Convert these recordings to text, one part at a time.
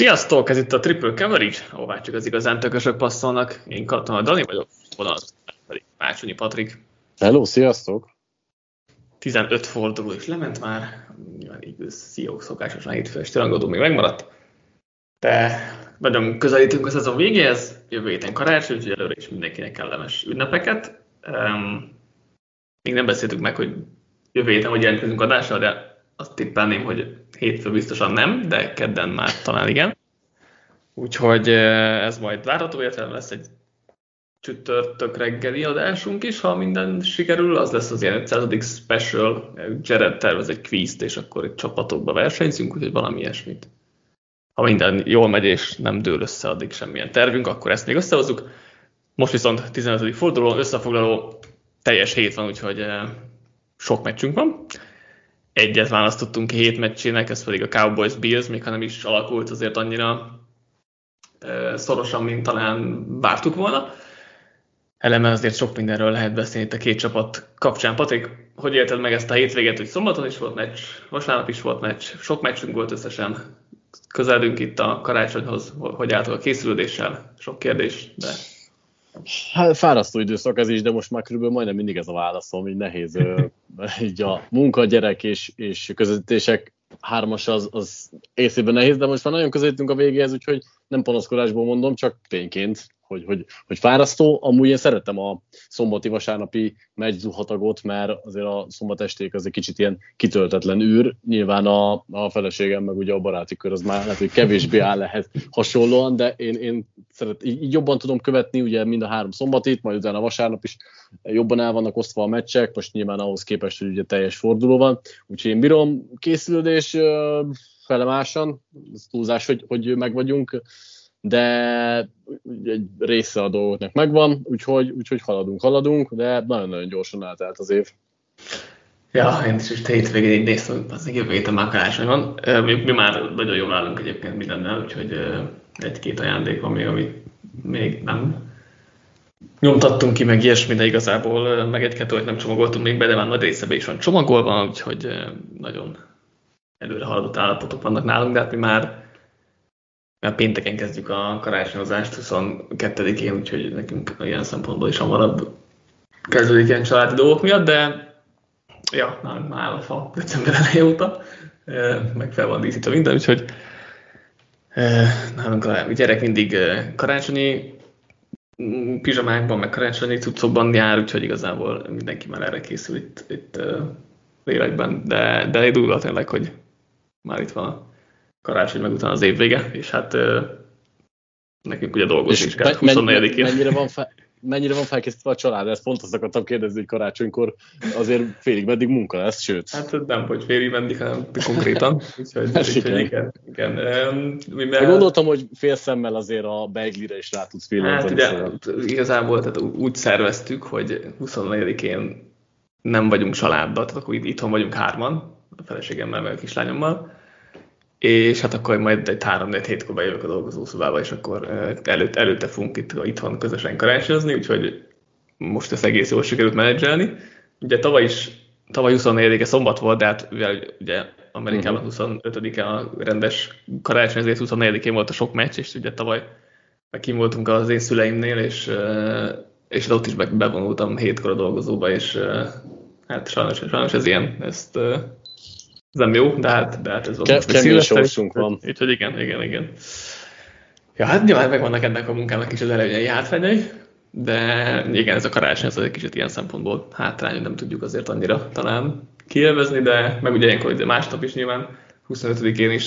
Sziasztok! Ez itt a Triple Coverage, ahová csak az igazán tökösök passzolnak. Én Katona Dani vagyok, vonal pedig Mácsonyi Patrik. Hello, sziasztok! 15 forduló is lement már, nyilván így Seahawk szokásosan hétfő este rangadó még megmaradt. De nagyon közelítünk a szezon végéhez, jövő héten karácsony, úgyhogy előre is mindenkinek kellemes ünnepeket. Még nem beszéltük meg, hogy jövő héten hogy jelentkezünk adással, de azt tippelném, hogy hétfő biztosan nem, de kedden már talán igen. Úgyhogy ez majd várható, illetve lesz egy csütörtök reggeli adásunk is, ha minden sikerül, az lesz az ilyen 500. special, Jared tervez egy quizt, és akkor egy csapatokba versenyzünk, úgyhogy valami ilyesmit. Ha minden jól megy, és nem dől össze addig semmilyen tervünk, akkor ezt még összehozzuk. Most viszont 15. forduló, összefoglaló, teljes hét van, úgyhogy sok meccsünk van. Egyet választottunk ki 7 meccsének, ez pedig a Cowboys Bills, még ha nem is alakult azért annyira szorosan, mint talán vártuk volna. Eleme azért sok mindenről lehet beszélni itt a két csapat kapcsán. Patrik, hogy élted meg ezt a hétvégét, hogy szombaton is volt meccs, vasárnap is volt meccs, sok meccsünk volt összesen. Közeledünk itt a karácsonyhoz, hogy álltok a készülődéssel, sok kérdés, de... Hát fárasztó időszak ez is, de most már körülbelül majdnem mindig ez a válaszom, így nehéz. Így a munka, gyerek és közvetítések hármas az észében nehéz, de most már nagyon közelítünk a végéhez, úgyhogy nem panaszkodásból mondom, csak tényként, hogy fárasztó. Amúgy én szeretem a szombati-vasárnapi meccs zuhatagot, mert azért a szombatesték az egy kicsit ilyen kitöltetlen űr. Nyilván a feleségem, meg ugye a baráti kör az már lehet, hogy kevésbé áll ehhez hasonlóan, de én így jobban tudom követni, ugye mind a 3 szombatit, majd utána a vasárnap is jobban el vannak osztva a meccsek, most nyilván ahhoz képest, hogy ugye teljes forduló van. Úgyhogy én bírom, készülődés felemásan, ez túlzás, hogy meg vagyunk, de egy része a dolgoknak megvan, úgyhogy haladunk, de nagyon-nagyon gyorsan eltelt az év. Ja, én is hétvégén így néztem, az jövő héten már karácsony van. Mi már nagyon jól állunk egyébként mindennel, úgyhogy egy-két ajándék van még, amit még nem nyomtattunk ki, meg ilyesmi, de igazából meg egy-kettőt nem csomagoltunk még be, de már nagy része is van csomagolva, úgyhogy nagyon előre haladott állapotok vannak nálunk, de hát mi már pénteken kezdjük a karácsonyozást, 22-én, úgyhogy nekünk ilyen szempontból is hamarabb kezdődik ilyen családi dolgok miatt, de ja, nálunk már áll a fa december eleje óta, meg fel van díszítve minden, úgyhogy nálunk a gyerek mindig karácsonyi pizsamákban, meg karácsonyi cuccokban jár, úgyhogy igazából mindenki már erre készül itt lélekben, de durva tényleg, hogy már itt van a karácsony, meg utána az év vége, és hát nekünk ugye dolgozni is kell 24-én. Mennyire van felkészítve a család? Ezt pont azt akartam kérdezni, hogy karácsonykor azért félig meddig munka lesz, sőt. Hát nem, hogy félig meddig, hanem konkrétan. Úgyhogy igen. Gondoltam, hogy fél szemmel azért a beiglire is rá tudsz pillantani. Hát ugye igazából tehát úgy szerveztük, hogy 24-én nem vagyunk családdal, tehát akkor itthon vagyunk 3-an, a feleségemmel, meg a kislányommal, és hát akkor majd egy 3-4 hétkor bejövök a dolgozószobába, és akkor előtte fogunk itthon közösen karácsonyozni, úgyhogy most ezt egész jól sikerült menedzselni. Ugye tavaly 24-e szombat volt, de hát ugye Amerikában 25-e a rendes karácsony, ezért 24-én volt a sok meccs, és ugye tavaly meg kim voltunk az én szüleimnél, és ott is bevonultam 7-kor a dolgozóba, és hát sajnos ez ilyen, ezt... Ez nem jó, de hát ez volt. Kemény sorsunk van. Úgyhogy igen. Ja, hát nyilván megvannak ennek a munkának is az előnyei, hátrányai, de igen, ez a karácsony, ez egy kicsit ilyen szempontból hátrány, hogy nem tudjuk azért annyira talán kielvezni, de meg ugye ilyenkor másnap is nyilván, 25-én is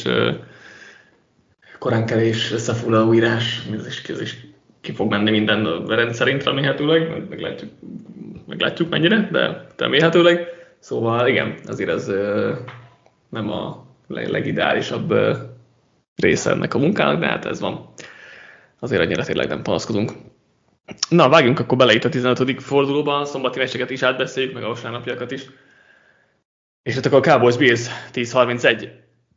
koránkelés, összefoglaló írás, ez is ki fog menni minden rendszerint remélhetőleg, meglátjuk mennyire, de remélhetőleg. Szóval igen, azért ez nem a legideálisabb része ennek a munkának, de hát ez van. Azért annyira tényleg nem panaszkodunk. Na, vágjunk akkor bele itt a 15. fordulóban, a szombati meccseket is átbeszéljük, meg a vasárnapiakat is. És hát akkor a Cowboys Bills 10-31.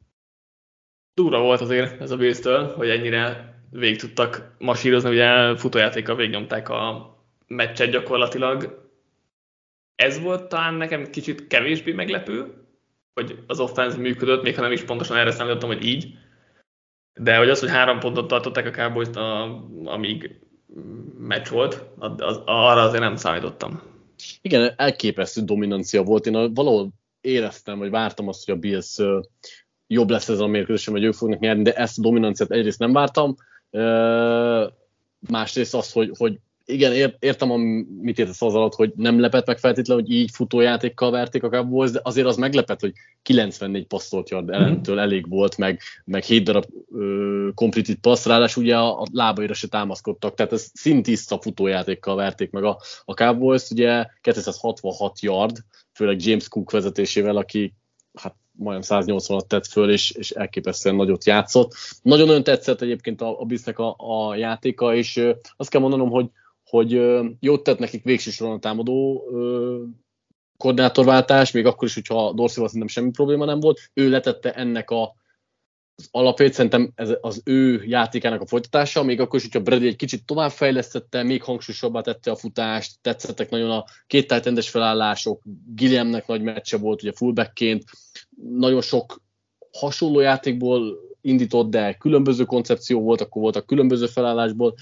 Durva volt azért ez a Bills-től, hogy ennyire végig tudtak masírozni, ugye futójátékkal végignyomták a meccset gyakorlatilag. Ez volt talán nekem kicsit kevésbé meglepő, hogy az offense működött, még ha nem is pontosan erre számítottam, hogy így. De hogy az, hogy 3 pontot tartották a Cowboys-t, amíg meccs volt, arra azért nem számítottam. Igen, elképesztő dominancia volt. Én valahol éreztem, vagy vártam azt, hogy a Bills jobb lesz ez a mérkőzésen, vagy ők fognak nyerni, de ezt a dominanciát egyrészt nem vártam. Másrészt az, hogy igen, értem, mit értesz az alatt, hogy nem lepett meg feltétlenül, hogy így futójátékkal verték a Cowboys, de azért az meglepett, hogy 94 passzolt yard ellentől elég volt, meg 7 darab completed passz, ráadásul ugye a lábaira se támaszkodtak, tehát ez szintiszta futójátékkal verték meg a Cowboys, ugye 266 yard, főleg James Cook vezetésével, aki hát majdnem 180-at tett föl, és elképesztően nagyot játszott. Nagyon tetszett egyébként a Bills-nek a játéka, és azt kell mondanom, hogy jót tett nekik végső soron a támadó koordinátorváltás, még akkor is, hogyha Dorseyval szerintem semmi probléma nem volt. Ő letette ennek az alapjait, szerintem ez az ő játékának a folytatása, még akkor is, hogyha Brady egy kicsit továbbfejlesztette, még hangsúlyosabbá tette a futást, tetszettek nagyon a két tight endes felállások, Gilliamnek nagy meccse volt, ugye fullbackként, nagyon sok hasonló játékból indított, de különböző koncepció volt, akkor voltak különböző felállásból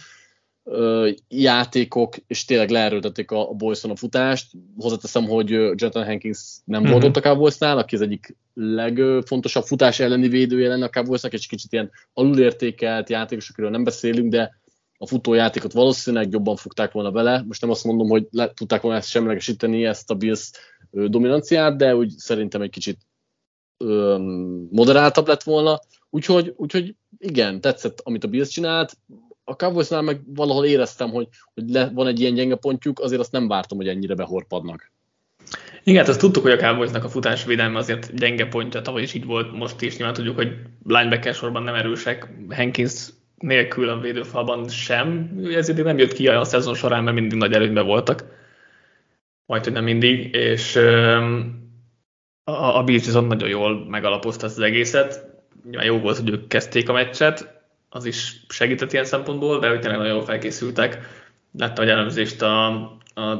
játékok, és tényleg leerőltették a Boyson a futást. Hozzáteszem, hogy Jonathan Hankins nem volt ott a Cowboysnál, aki az egyik legfontosabb futás elleni védője lenne a Cowboysnak, és kicsit ilyen alulértékelt játékos, akiről nem beszélünk, de a futójátékot valószínűleg jobban fogták volna vele. Most nem azt mondom, hogy tudták volna ezt semlegesíteni, ezt a Bills dominanciát, de úgy szerintem egy kicsit moderáltabb lett volna. Úgyhogy igen, tetszett, amit a Bills csinált. A Cowboysnál meg valahol éreztem, hogy van egy ilyen gyenge pontjuk, azért azt nem vártam, hogy ennyire behorpadnak. Igen, hát azt tudtuk, hogy a Cowboysnak a futásvédelme azért gyenge pontja, tavaly is így volt, most is nyilván tudjuk, hogy linebacker sorban nem erősek, Hankins nélkül a védőfalban sem, ezért nem jött ki a szezon során, mert mindig nagy előnyben voltak, majd hogy nem mindig, és a Bills viszont nagyon jól megalapozta ezt az egészet, nyilván jó volt, hogy ők kezdték a meccset, az is segített ilyen szempontból, de hogy tényleg nagyon jól felkészültek. Láttam egy elemzést a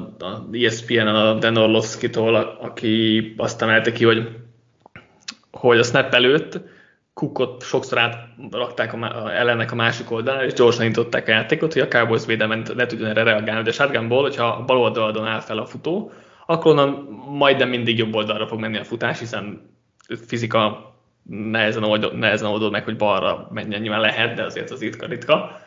ESPN-en a Dan Orlovsky-tól, aki azt emelte ki, hogy a snap előtt Cookot sokszor átrakták ellennek a másik oldalán, és gyorsan indították a játékot, hogy a Cowboys védelmen ne tudjon erre reagálni. De shotgunból, hogyha a bal oldalon áll fel a futó, akkor onnan majdnem mindig jobb oldalra fog menni a futás, hiszen fizika nehezen oldod meg, hogy balra menjen, nyilván lehet, de azért az ritka.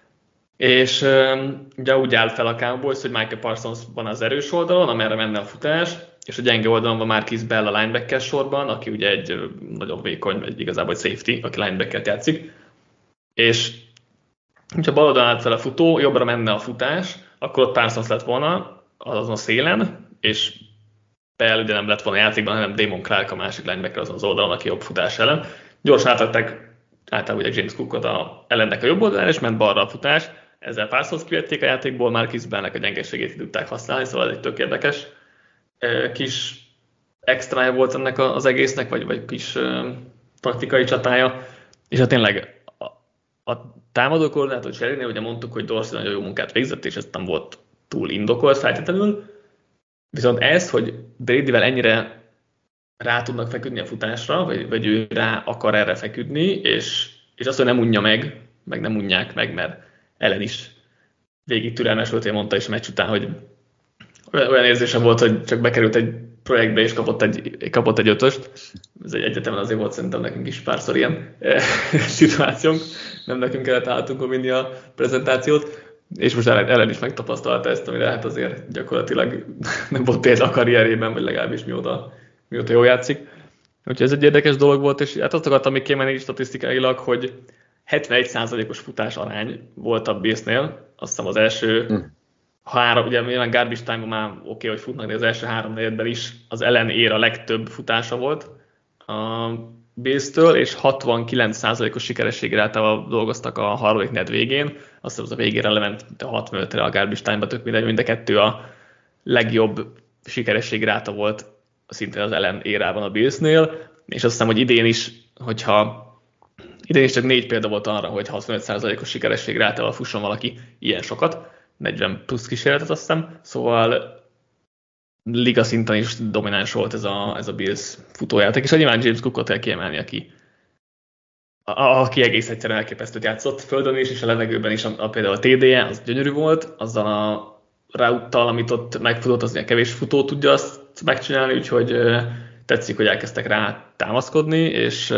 És ugye úgy áll fel a Cowboys, hogy Michael Parsons van az erős oldalon, amerre menne a futás, és a gyenge oldalon van Marquise Bell a linebacker sorban, aki ugye egy nagyon vékony, igazából egy safety, aki linebackert játszik. És ha bal oldalon állt fel a futó, jobbra menne a futás, akkor ott Parsons lett volna azon a szélen, és Bell ugye nem lett volna játékban, hanem Damon Clark a másik linebacker azon az oldalon, aki jobb futás ellen. Gyorsan átadták általában ugye James Cookot ellennek a jobb oldalán, és ment balra a futás. Ezzel Parsons kivették a játékból, Marquise Bellnek a gyengeségét tudták használni, szóval ez egy tök érdekes kis extrája volt ennek az egésznek, vagy kis praktikai csatája. És hát tényleg a támadó koordinátor cserénél ugye mondtuk, hogy Dorsey nagyon jó munkát végzett, és ez nem volt túl indokolt feltétlenül. Viszont ezt, hogy Bradyvel ennyire rá tudnak feküdni a futásra, vagy ő rá akar erre feküdni, és azt, hogy nem unja meg nem unják meg, mert ellen is végig türelmes volt, én mondta is a meccs után, hogy olyan érzésem volt, hogy csak bekerült egy projektbe, és kapott egy ötöst. Ez egy egyetemen azért volt szerintem nekünk is párszor ilyen szituációnk. Nem nekünk kellett állatunk vinni a prezentációt. És most ellen is megtapasztalta ezt, amire hát azért gyakorlatilag nem volt példa a karrierében, vagy legalábbis mióta jól játszik. Úgyhogy ez egy érdekes dolog volt, és hát azt akartam még kiemelni statisztikailag, hogy 71%-os futás arány volt a Billsnél, azt hiszem az első három, ugye nyilván garbage time-ban már oké, hogy futnak, de az első 3 negyedben is az ellen ér a legtöbb futása volt a Bills-től, és 69%-os sikerességgel általában dolgoztak a harmadik negyed végén. Azt hiszem, az a végére lement a 65-re a garbage time-ba, tök mindegy, mind a kettő a legjobb sikerességi ráta volt szintén az ellen érában a Billsnél, és azt hiszem, hogy idén is csak 4 példa volt arra, hogy 65%-os sikerességre általában fusson valaki ilyen sokat, 40 plusz kísérletet azt hiszem, szóval liga szinten is domináns volt ez a Bills futójáték, és nyilván James Cookot kell kiemelni, aki aki egész egyszerűen elképesztőt játszott földön is, és a levegőben is, például a TD-je, az gyönyörű volt, azzal a route-tal, amit ott megfutott, az ilyen kevés futó tudja azt megcsinálni, úgyhogy tetszik, hogy elkezdtek rá támaszkodni, és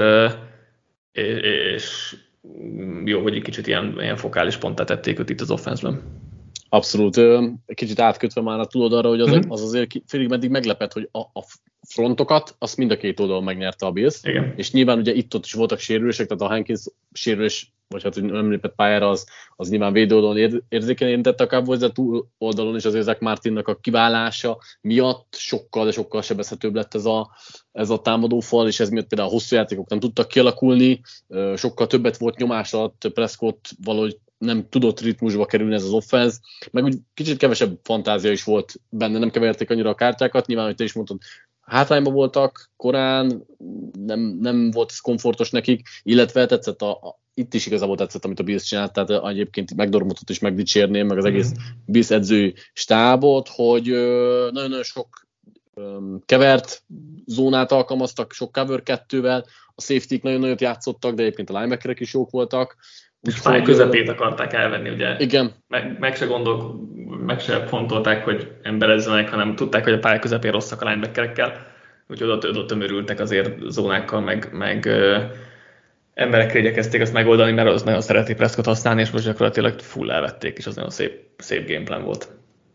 jó, hogy egy kicsit ilyen fokális ponttá tették őt itt az offenszben. Abszolút. Kicsit átkötve már tudod arra, hogy az azért félig meddig meglepett, hogy a frontokat, azt mind a két oldalon megnyerte a Bills. Igen. És nyilván ugye itt-ott is voltak sérülések, tehát a Hankins sérülés, vagy hát, hogy nem lépett pályára, az nyilván védő oldalon érzékenyen érintette a Cowboys, de túl oldalon is azért Zach Martinnak a kiválása miatt sokkal sebezhetőbb lett ez a támadó fal, és ez miatt például a hosszú játékok nem tudtak kialakulni, sokkal többet volt nyomás alatt, Prescott valahogy nem tudott ritmusba kerülni ez az offense, meg úgy kicsit kevesebb fantázia is volt benne, nem keverték annyira a kártyákat, nyilván, hogy te is mondtad, hátrányban voltak korán, nem volt ez komfortos nekik, illetve tetszett itt is igazából tetszett, amit a Bills csinált, tehát egyébként McDermottot is megdicsérném, meg az egész Bills edzői stábot, hogy nagyon-nagyon sok kevert zónát alkalmaztak, sok cover 2-vel, a safety-k nagyon nagyot játszottak, de egyébként a linebackerek is jók voltak. Úgyhogy közepét akarták elvenni, ugye? Igen. Meg se fontolták, hogy emberezzenek, hanem tudták, hogy a pálya közepén rosszak a linebackerekkel, úgyhogy ott tömörültek azért zónákkal, meg emberekre igyekezték azt megoldani, mert az nagyon szereti Prescott használni, és most gyakorlatilag full elvették, és az nagyon szép gameplan volt.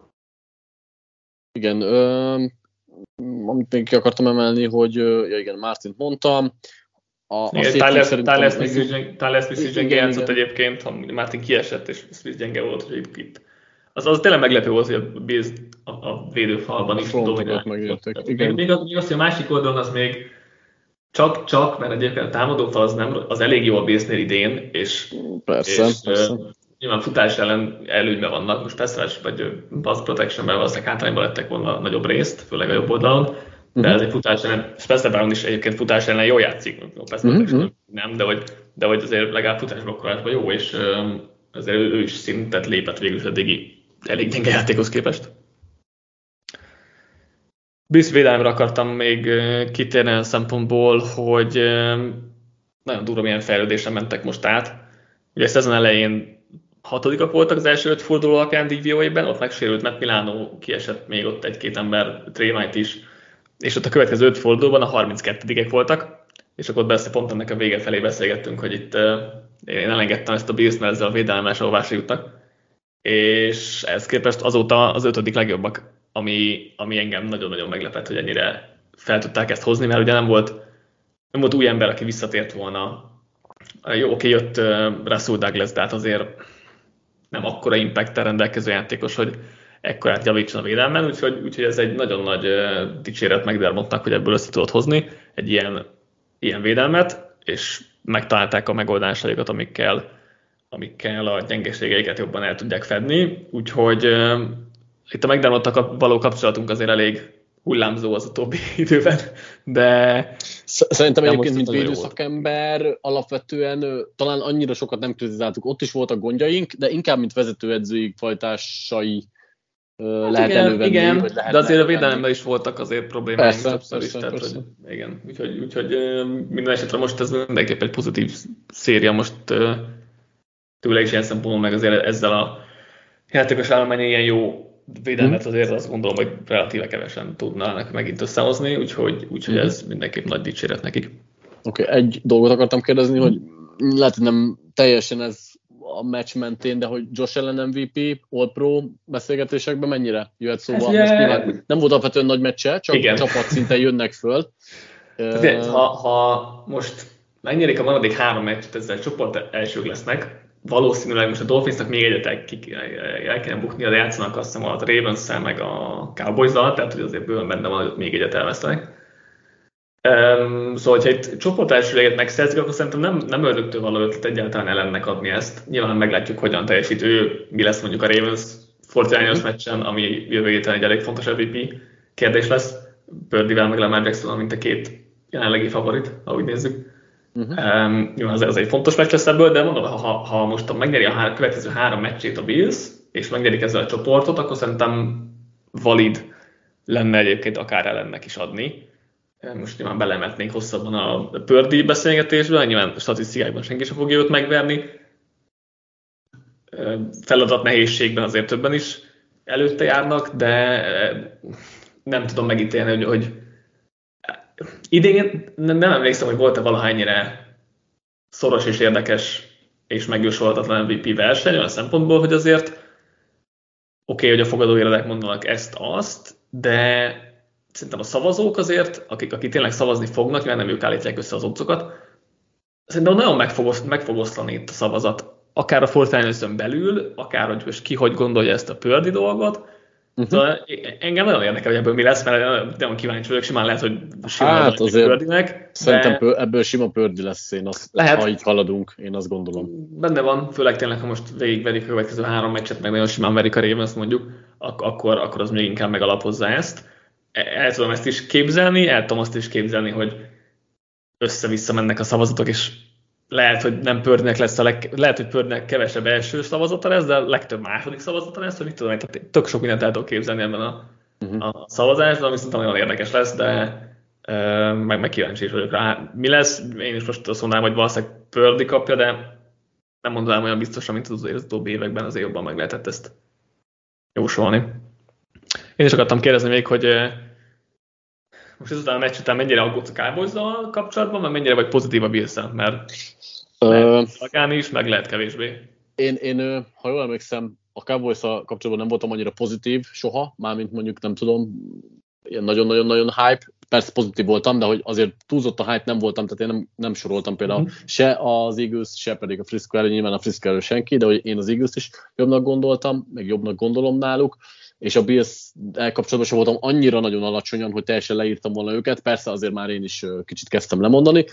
Igen, amit még ki akartam emelni, hogy igen, Martint mondtam, Tyler Smith gyenge játszott egyébként, Martin kiesett, és Smith gyenge volt, hogy itt. Az tényleg meglepő volt, hogy a Bills a védőfalban is dominált. Még azt, hogy a másik oldalon az még csak, mert egyébként a támadófal az elég jó a Billsnél idén, és persze. Nyilván futás ellen előnyben vannak, most pass vagy pass protectionben valószínűleg hátrányban lettek volna nagyobb részt, főleg a jobb oldalon, de ez egy futás ellen, Spencer Brown is egyébként futás ellen jól játszik, pass protection nem, de hogy azért legalább futásblokkolásban jó, és azért ő is szintet lépett végül is eddigi elég gyenge játékhoz képest. Bills védelemre akartam még kitérni a szempontból, hogy nagyon durva milyen fejlődésre mentek most át. Ugye a szezon elején 6-ak voltak az első 5 forduló alapján DVOA-ben, ott megsérült Matt Milano, kiesett még ott egy-két ember, Trey Knight is, és ott a következő 5 fordulóban a 32-ek voltak, és akkor persze pont ennek a vége felé beszélgettünk, hogy itt én elengedtem ezt a Bills, mert ezzel a védelemmel ahová se jutnak, és ehhez képest azóta az 5. legjobbak, ami engem nagyon-nagyon meglepett, hogy ennyire fel tudták ezt hozni, mert ugye nem volt új ember, aki visszatért volna. Jó, oké, jött Russell Douglas, de hát azért nem akkora impact-tel rendelkező játékos, hogy ekkorát javítson a védelmen, úgyhogy ez egy nagyon nagy dicséret McDermottnak, hogy ebből össze tudott hozni egy ilyen védelmet, és megtalálták a megoldásaikat, amikkel a gyengeségeiket jobban el tudják fedni, úgyhogy itt a McDermottak való kapcsolatunk azért elég hullámzó az utóbbi időben, de... Szerintem egyébként, mint védőszakember, alapvetően talán annyira sokat nem kritizáltuk, ott is voltak gondjaink, de inkább, mint vezetőedzői fajtásai lehet elővenni. Igen, vagy lehet de azért a védelemben is voltak azért problémáink többször is. Persze. Igen, úgyhogy minden esetre most ez mindenképp egy pozitív széria, most tőle is ilyen szempontból, meg azért ezzel a játékos állományi ilyen jó védelmet azért azt gondolom, hogy relatíve kevesen tudnának megint összehozni, úgyhogy ez mindenképp nagy dicséret nekik. Oké, egy dolgot akartam kérdezni, hogy lehet, hogy nem teljesen ez a meccs mentén, de hogy Josh Allen MVP, All-Pro beszélgetésekben mennyire jöhet szóba? Most nyilván nem volt alapvetően nagy meccse, csak csapatszinten jönnek föl. Ha most megnyerik a maradék 3 meccset, ezzel csoport elsők lesznek, valószínűleg most a Dolphinsnak még egyet el kéne buknia, de játszanak azt hiszem a Ravens-szel meg a Cowboys-dal, tehát hogy azért bőven benne van, hogy még egyet elvesztenek. Szóval, hogyha itt csoport elsőleget megszerzik, akkor szerintem nem ördögtől való ötlet egyáltalán ellennek adni ezt. Nyilván meglátjuk, hogyan teljesít ő, mi lesz mondjuk a Ravens 49ers meccsen, ami jövő héten egy elég fontos MVP kérdés lesz. Purdyvel meg Lamar Jackson, mint a 2 jelenlegi favorit, ahogy nézzük. Nyilván ez egy fontos meccs lesz ebből, de mondom, ha most megnyeri a következő 3 meccsét a Bills, és megnyerik ezzel a csoportot, akkor szerintem valid lenne egyébként akár ellennek is adni. Most nyilván belemetnénk hosszabban a Purdy beszélgetésbe, nyilván statisztikákban senki sem fogja őt megverni. Feladat nehézségben azért többen is előtte járnak, de nem tudom megítélni, hogy idén nem emlékszem, hogy volt-e valahányire szoros és érdekes és megjósolhatatlan MVP verseny olyan szempontból, hogy azért oké, hogy a fogadóirodák mondanak ezt-azt, de szerintem a szavazók azért, akik tényleg szavazni fognak, mert nem ők állítják össze az odcokat, szerintem nagyon meg fog oszlani itt a szavazat. Akár a 49ers-ön belül, akár hogy most ki hogy gondolja ezt a Purdy dolgot. Szóval engem nagyon érdekel, hogy ebből mi lesz, mert nagyon kíváncsi vagyok, simán lehet, hogy simán hát azért Purdynek. Szerintem ebből sima Purdy lesz, ha így haladunk, én azt gondolom. Benne van, főleg tényleg, ha most végigverik a következő 3 meccset, meg nagyon simán verik a Ravens mondjuk, akkor az még inkább megalapozza ezt. El tudom ezt is képzelni, el tudom azt is képzelni, hogy össze-vissza mennek a szavazatok, és lehet, hogy nem Purdynek lesz lehet, hogy Purdynek kevesebb első szavazata lesz, de legtöbb második szavazata lesz, hogy mit tudom, tök sok mindent el tudok képzelni ebben a szavazásban, ami szerintem nagyon érdekes lesz, de meg kíváncsi is vagyok rá. Mi lesz? Én is most azt mondanám, hogy valószínűleg Purdy kapja, de nem mondanám olyan biztosan, mint az utóbbi években, azért jobban meg lehetett ezt jósolni. Én is akartam kérdezni még, hogy most ezután a meccs után mennyire aggódsz a Cowboys-zal kapcsolatban, meg mennyire vagy pozitív a Bills-en, mert lehet magán is, meg lehet kevésbé. Én ha jól emlékszem, a Cowboys-szal kapcsolatban nem voltam annyira pozitív soha, mármint mondjuk nem tudom, ilyen nagyon-nagyon-nagyon hype, persze pozitív voltam, de hogy azért túlzott a hype nem voltam, tehát én nem soroltam például se az Eagles, se pedig a Frisco elő, nyilván a Frisco elő senki, de hogy én az Eagles-t is jobbnak gondoltam, meg jobbnak gondolom náluk, és a Bills elkapcsolatban sem voltam annyira nagyon alacsonyan, hogy teljesen leírtam volna őket, persze azért már én is kicsit kezdtem lemondani.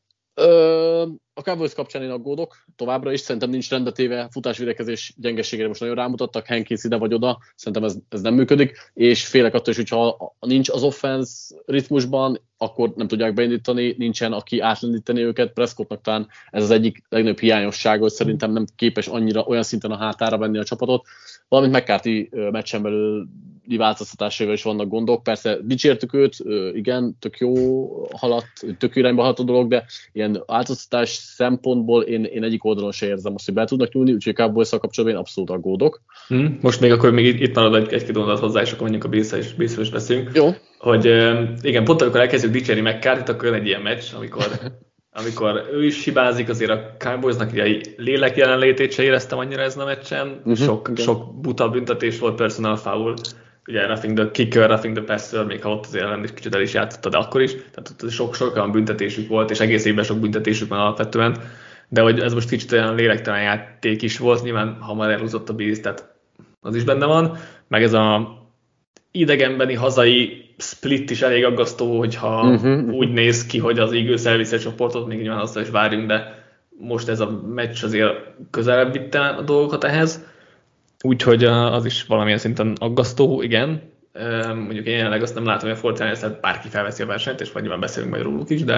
A Cowboys kapcsán én aggódok továbbra is, szerintem nincs rendbetéve, futásvédekezés gyengeségére most nagyon rámutattak, Hankins ide vagy oda, szerintem ez nem működik, és félek attól is, hogyha nincs az offense ritmusban, akkor nem tudják beindítani, nincsen aki átlendíteni őket, Prescottnak talán ez az egyik legnagyobb hiányossága, hogy szerintem nem képes annyira olyan szinten a hátára venni a csapatot, valamint McCarthy meccsen belül változtatásaival is vannak gondok. Persze dicsértük őt, igen, tök jó haladt, tök irányba haladt a dolog, de ilyen változtatás szempontból én egyik oldalon se érzem azt, hogy be tudnak nyúlni, úgyhogy a Cowboys-szal kapcsolatban én abszolút aggódok. Most még akkor még itt marad egy-két gondolat hozzá, és akkor menjünk a Bills-ről is beszélünk. Jó. Hogy igen, pont amikor elkezdjük dicsérni McCarthyt, akkor jön egy ilyen meccs, amikor ő is hibázik, azért a Cowboysnak ugye a lélek jelenlétét se éreztem annyira ezen a meccsen. Sok buta büntetés volt, personal foul, ugye roughing the kicker, roughing the passer, még ha ott azért ellen is kicsit el is játszotta, de akkor is. Tehát sok olyan büntetésük volt, és egész évben sok büntetésük van alapvetően. De hogy ez most kicsit olyan lélektelen játék is volt, nyilván hamar elhúzott a Bills, tehát az is benne van. Meg ez a idegenbeni hazai split is elég aggasztó, hogyha úgy néz ki, hogy az Eagles elviszi a csoportot, még nyilván azt is várjunk, de most ez a meccs azért közelebb vitte a dolgokat ehhez. Úgyhogy az is valamilyen szinten aggasztó, igen. Mondjuk én jelenleg azt nem látom, hogy a Fortnite-et bárki felveszi a versenyt, és vagy nyilván beszélünk majd róluk is,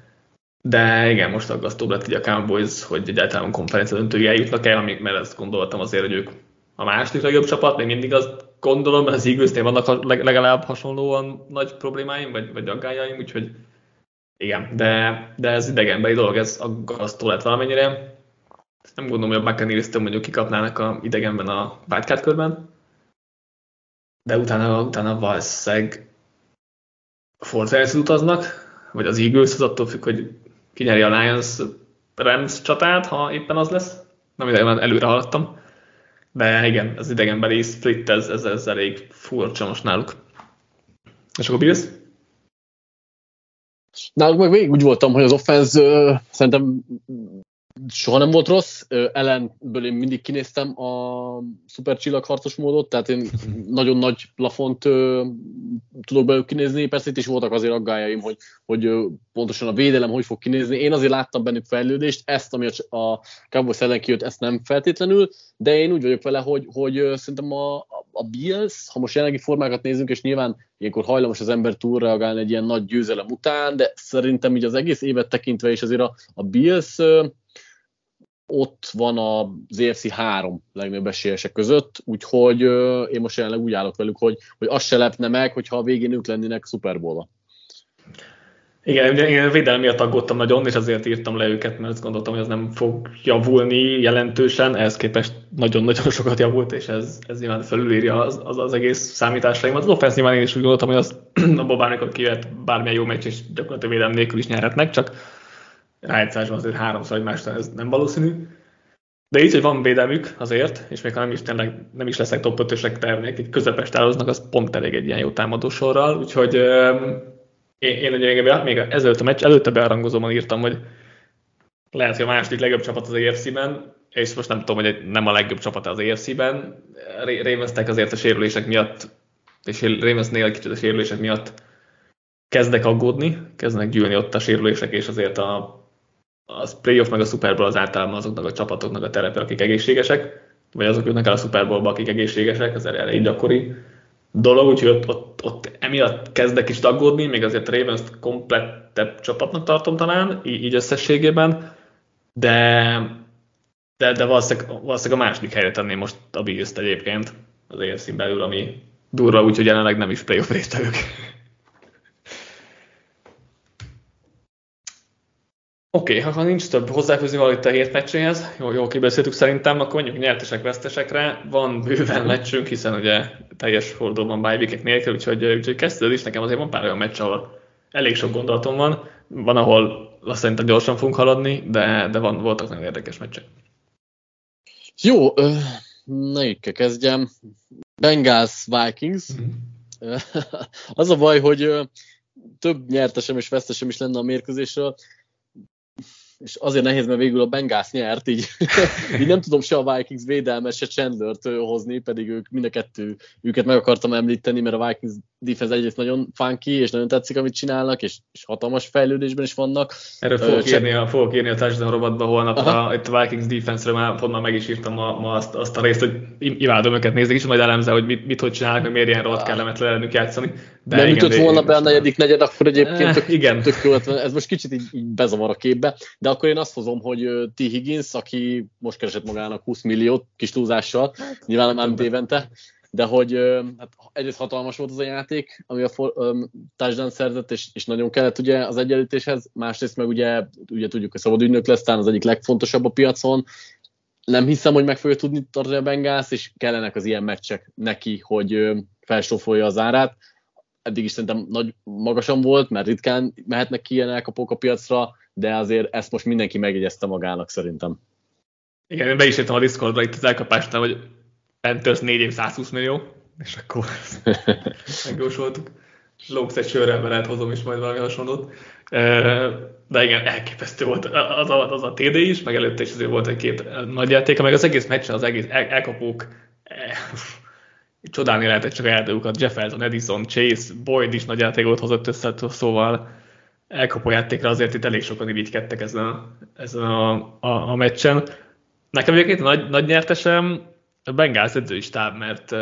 de igen, most aggasztóbb lett így a Cowboys, hogy egyáltalán konferencia döntőig eljutnak el, mert ezt gondoltam azért, hogy ők a második legjobb csapat, még mindig azt gondolom, mert az Eaglesnél vannak legalább hasonlóan nagy problémáim, vagy aggájaim, úgyhogy igen, de ez idegenbeli dolog, ez aggasztó lett valamennyire. Ezt nem gondolom, hogy a Buccaneers-től mondjuk kikapnának a idegenben a wildcard körben, de utána valószínűleg Fortnite-hez utaznak, vagy az Eagles-hez, attól függ, hogy ki nyeri a Lions-Rams csatát, ha éppen az lesz. Nem idegenben előre haladtam. De igen, az idegenbeli split, ez elég furcsa most náluk. És akkor Bills? Náluk meg végig úgy voltam, hogy az offense szerintem soha nem volt rossz. Ellenből én mindig kinéztem a szuper csillagharcos módot, tehát én nagyon nagy plafont tudok belőle kinézni. Persze itt is voltak azért aggájaim, hogy pontosan a védelem hogy fog kinézni. Én azért láttam bennük fejlődést, ezt, ami a Cowboys ellen kijött, ezt nem feltétlenül, de én úgy vagyok vele, hogy szerintem a Bills, ha most jelenlegi formákat nézünk, és nyilván ilyenkor hajlamos az ember túlreagálni egy ilyen nagy győzelem után, de szerintem így az egész évet tekintve is azért a Bills ott van az AFC 3 legnagyobb esélyesek között, úgyhogy én most jelenleg úgy állok velük, hogy azt se lepne meg, hogyha a végén ők lennének Super Bowl-ba. Igen, én védelmi miatt aggódtam nagyon, és azért írtam le őket, mert azt gondoltam, hogy ez nem fog javulni jelentősen, ehhez képest nagyon-nagyon sokat javult, és ez nyilván felülírja az egész számításaimat. Az offense nyilván én is úgy gondoltam, hogy az abból bármikor kijöhet bármilyen jó meccs, és gyakorlatilag védelem nélkül is nyerhetnek, csak rájátszásban azért háromszor egymásra ez nem valószínű. De így, hogy van védelmük azért, és még ha nem is lesznek top 5-ösek termék, így közepes távoznak, az pont elég egy ilyen jó támadósorral, úgyhogy én ugye még ezelőtt a meccs előtte bearangozóban írtam, hogy lehet, hogy a második legjobb csapat az AFC-ben, és most nem tudom, hogy nem a legjobb csapat az AFC-ben. Ravensnek azért a sérülések miatt, és Ravensnél kicsit a sérülések miatt kezdek aggódni, kezdenek gyűlni ott a sérülések, és azért a playoff meg a Super Bowl az általában azoknak a csapatoknak a terepe, akik egészségesek, vagy azok jutnak el a Super Bowl-ba, akik egészségesek, ez elég gyakori dolog, úgyhogy ott emiatt kezdek is aggódni, még azért a Ravens-t komplettebb csapatnak tartom talán, így összességében, de valószínűleg a második helyre tenném most a Bills-t egyébként az AFC-n belül, ami durva, úgyhogy jelenleg nem is playoff résztvevők. Oké, ha nincs több hozzáfűzni való itt a hét meccséhez, jól kibeszéltük szerintem, akkor mondjuk nyertesek, vesztesekre. Van bőven meccsünk, hiszen ugye teljes fordulóban bye week-ek nélkül, úgyhogy kezdted is, nekem azért van pár olyan meccs, ahol elég sok gondolatom van. Van, ahol azt szerintem gyorsan fogunk haladni, de voltak nagyon érdekes meccsek. Jó, melyikkel kezdjem? Bengals Vikings. Az a baj, hogy több nyertesem és vesztesem is lenne a mérkőzésről, és azért nehéz, mert végül a Bengals nyert, így nem tudom se a Vikings védelmet, se Chandlert hozni, pedig ők mind a kettő, őket meg akartam említeni, mert a Vikings defense egyrészt nagyon funky, és nagyon tetszik, amit csinálnak, és hatalmas fejlődésben is vannak. Erről fogok írni a touchdown rovatba holnapra, itt a Vikings defense-ről már pont meg is írtam ma azt a részt, hogy imádom őket nézni, és majd elemzel, hogy hogy csinálnak, meg miért ilyen rovat kellemetlen ellenük játszani. De nem ütött volna be a negyedik negyed, akkor egyébként tök jó, ez most kicsit így bezavar a képbe, de akkor én azt hozom, hogy T. Higgins, aki most keresett magának 20 milliót kis túlzással, nyilván nem évente, de hogy hát egyrészt hatalmas volt az a játék, ami a touchdown szerzett, és nagyon kellett ugye az egyenlítéshez, másrészt meg ugye tudjuk, hogy szabad ügynök lesz, talán az egyik legfontosabb a piacon. Nem hiszem, hogy meg fogja tudni tartani a Bengals, és kellenek az ilyen meccsek neki, hogy felsófolja az árát. Eddig is szerintem magasan volt, mert ritkán mehetnek ki ilyen elkapók a piacra, de azért ezt most mindenki megjegyezte magának szerintem. Igen, én be is írtam a Discordra itt az elkapásnál, hogy Panthers 4 év 120 millió, és akkor megjósoltuk. Lóksz egy sörrel, mert lehet hozom is majd valami hasonlót. De igen, elképesztő volt az a TD is, meg előtte is azért volt egy-két nagy játéka, meg az egész meccsen az egész elkapók csodálni lehetett csak a játékokat. Jefferson, Edison, Chase, Boyd is nagy játékot hozott össze, szóval elkapó játékra azért itt elég sokan irigykedtek ezen a meccsen. Nekem egyébként nagy nyertesem a Bengals edzői stáb, mert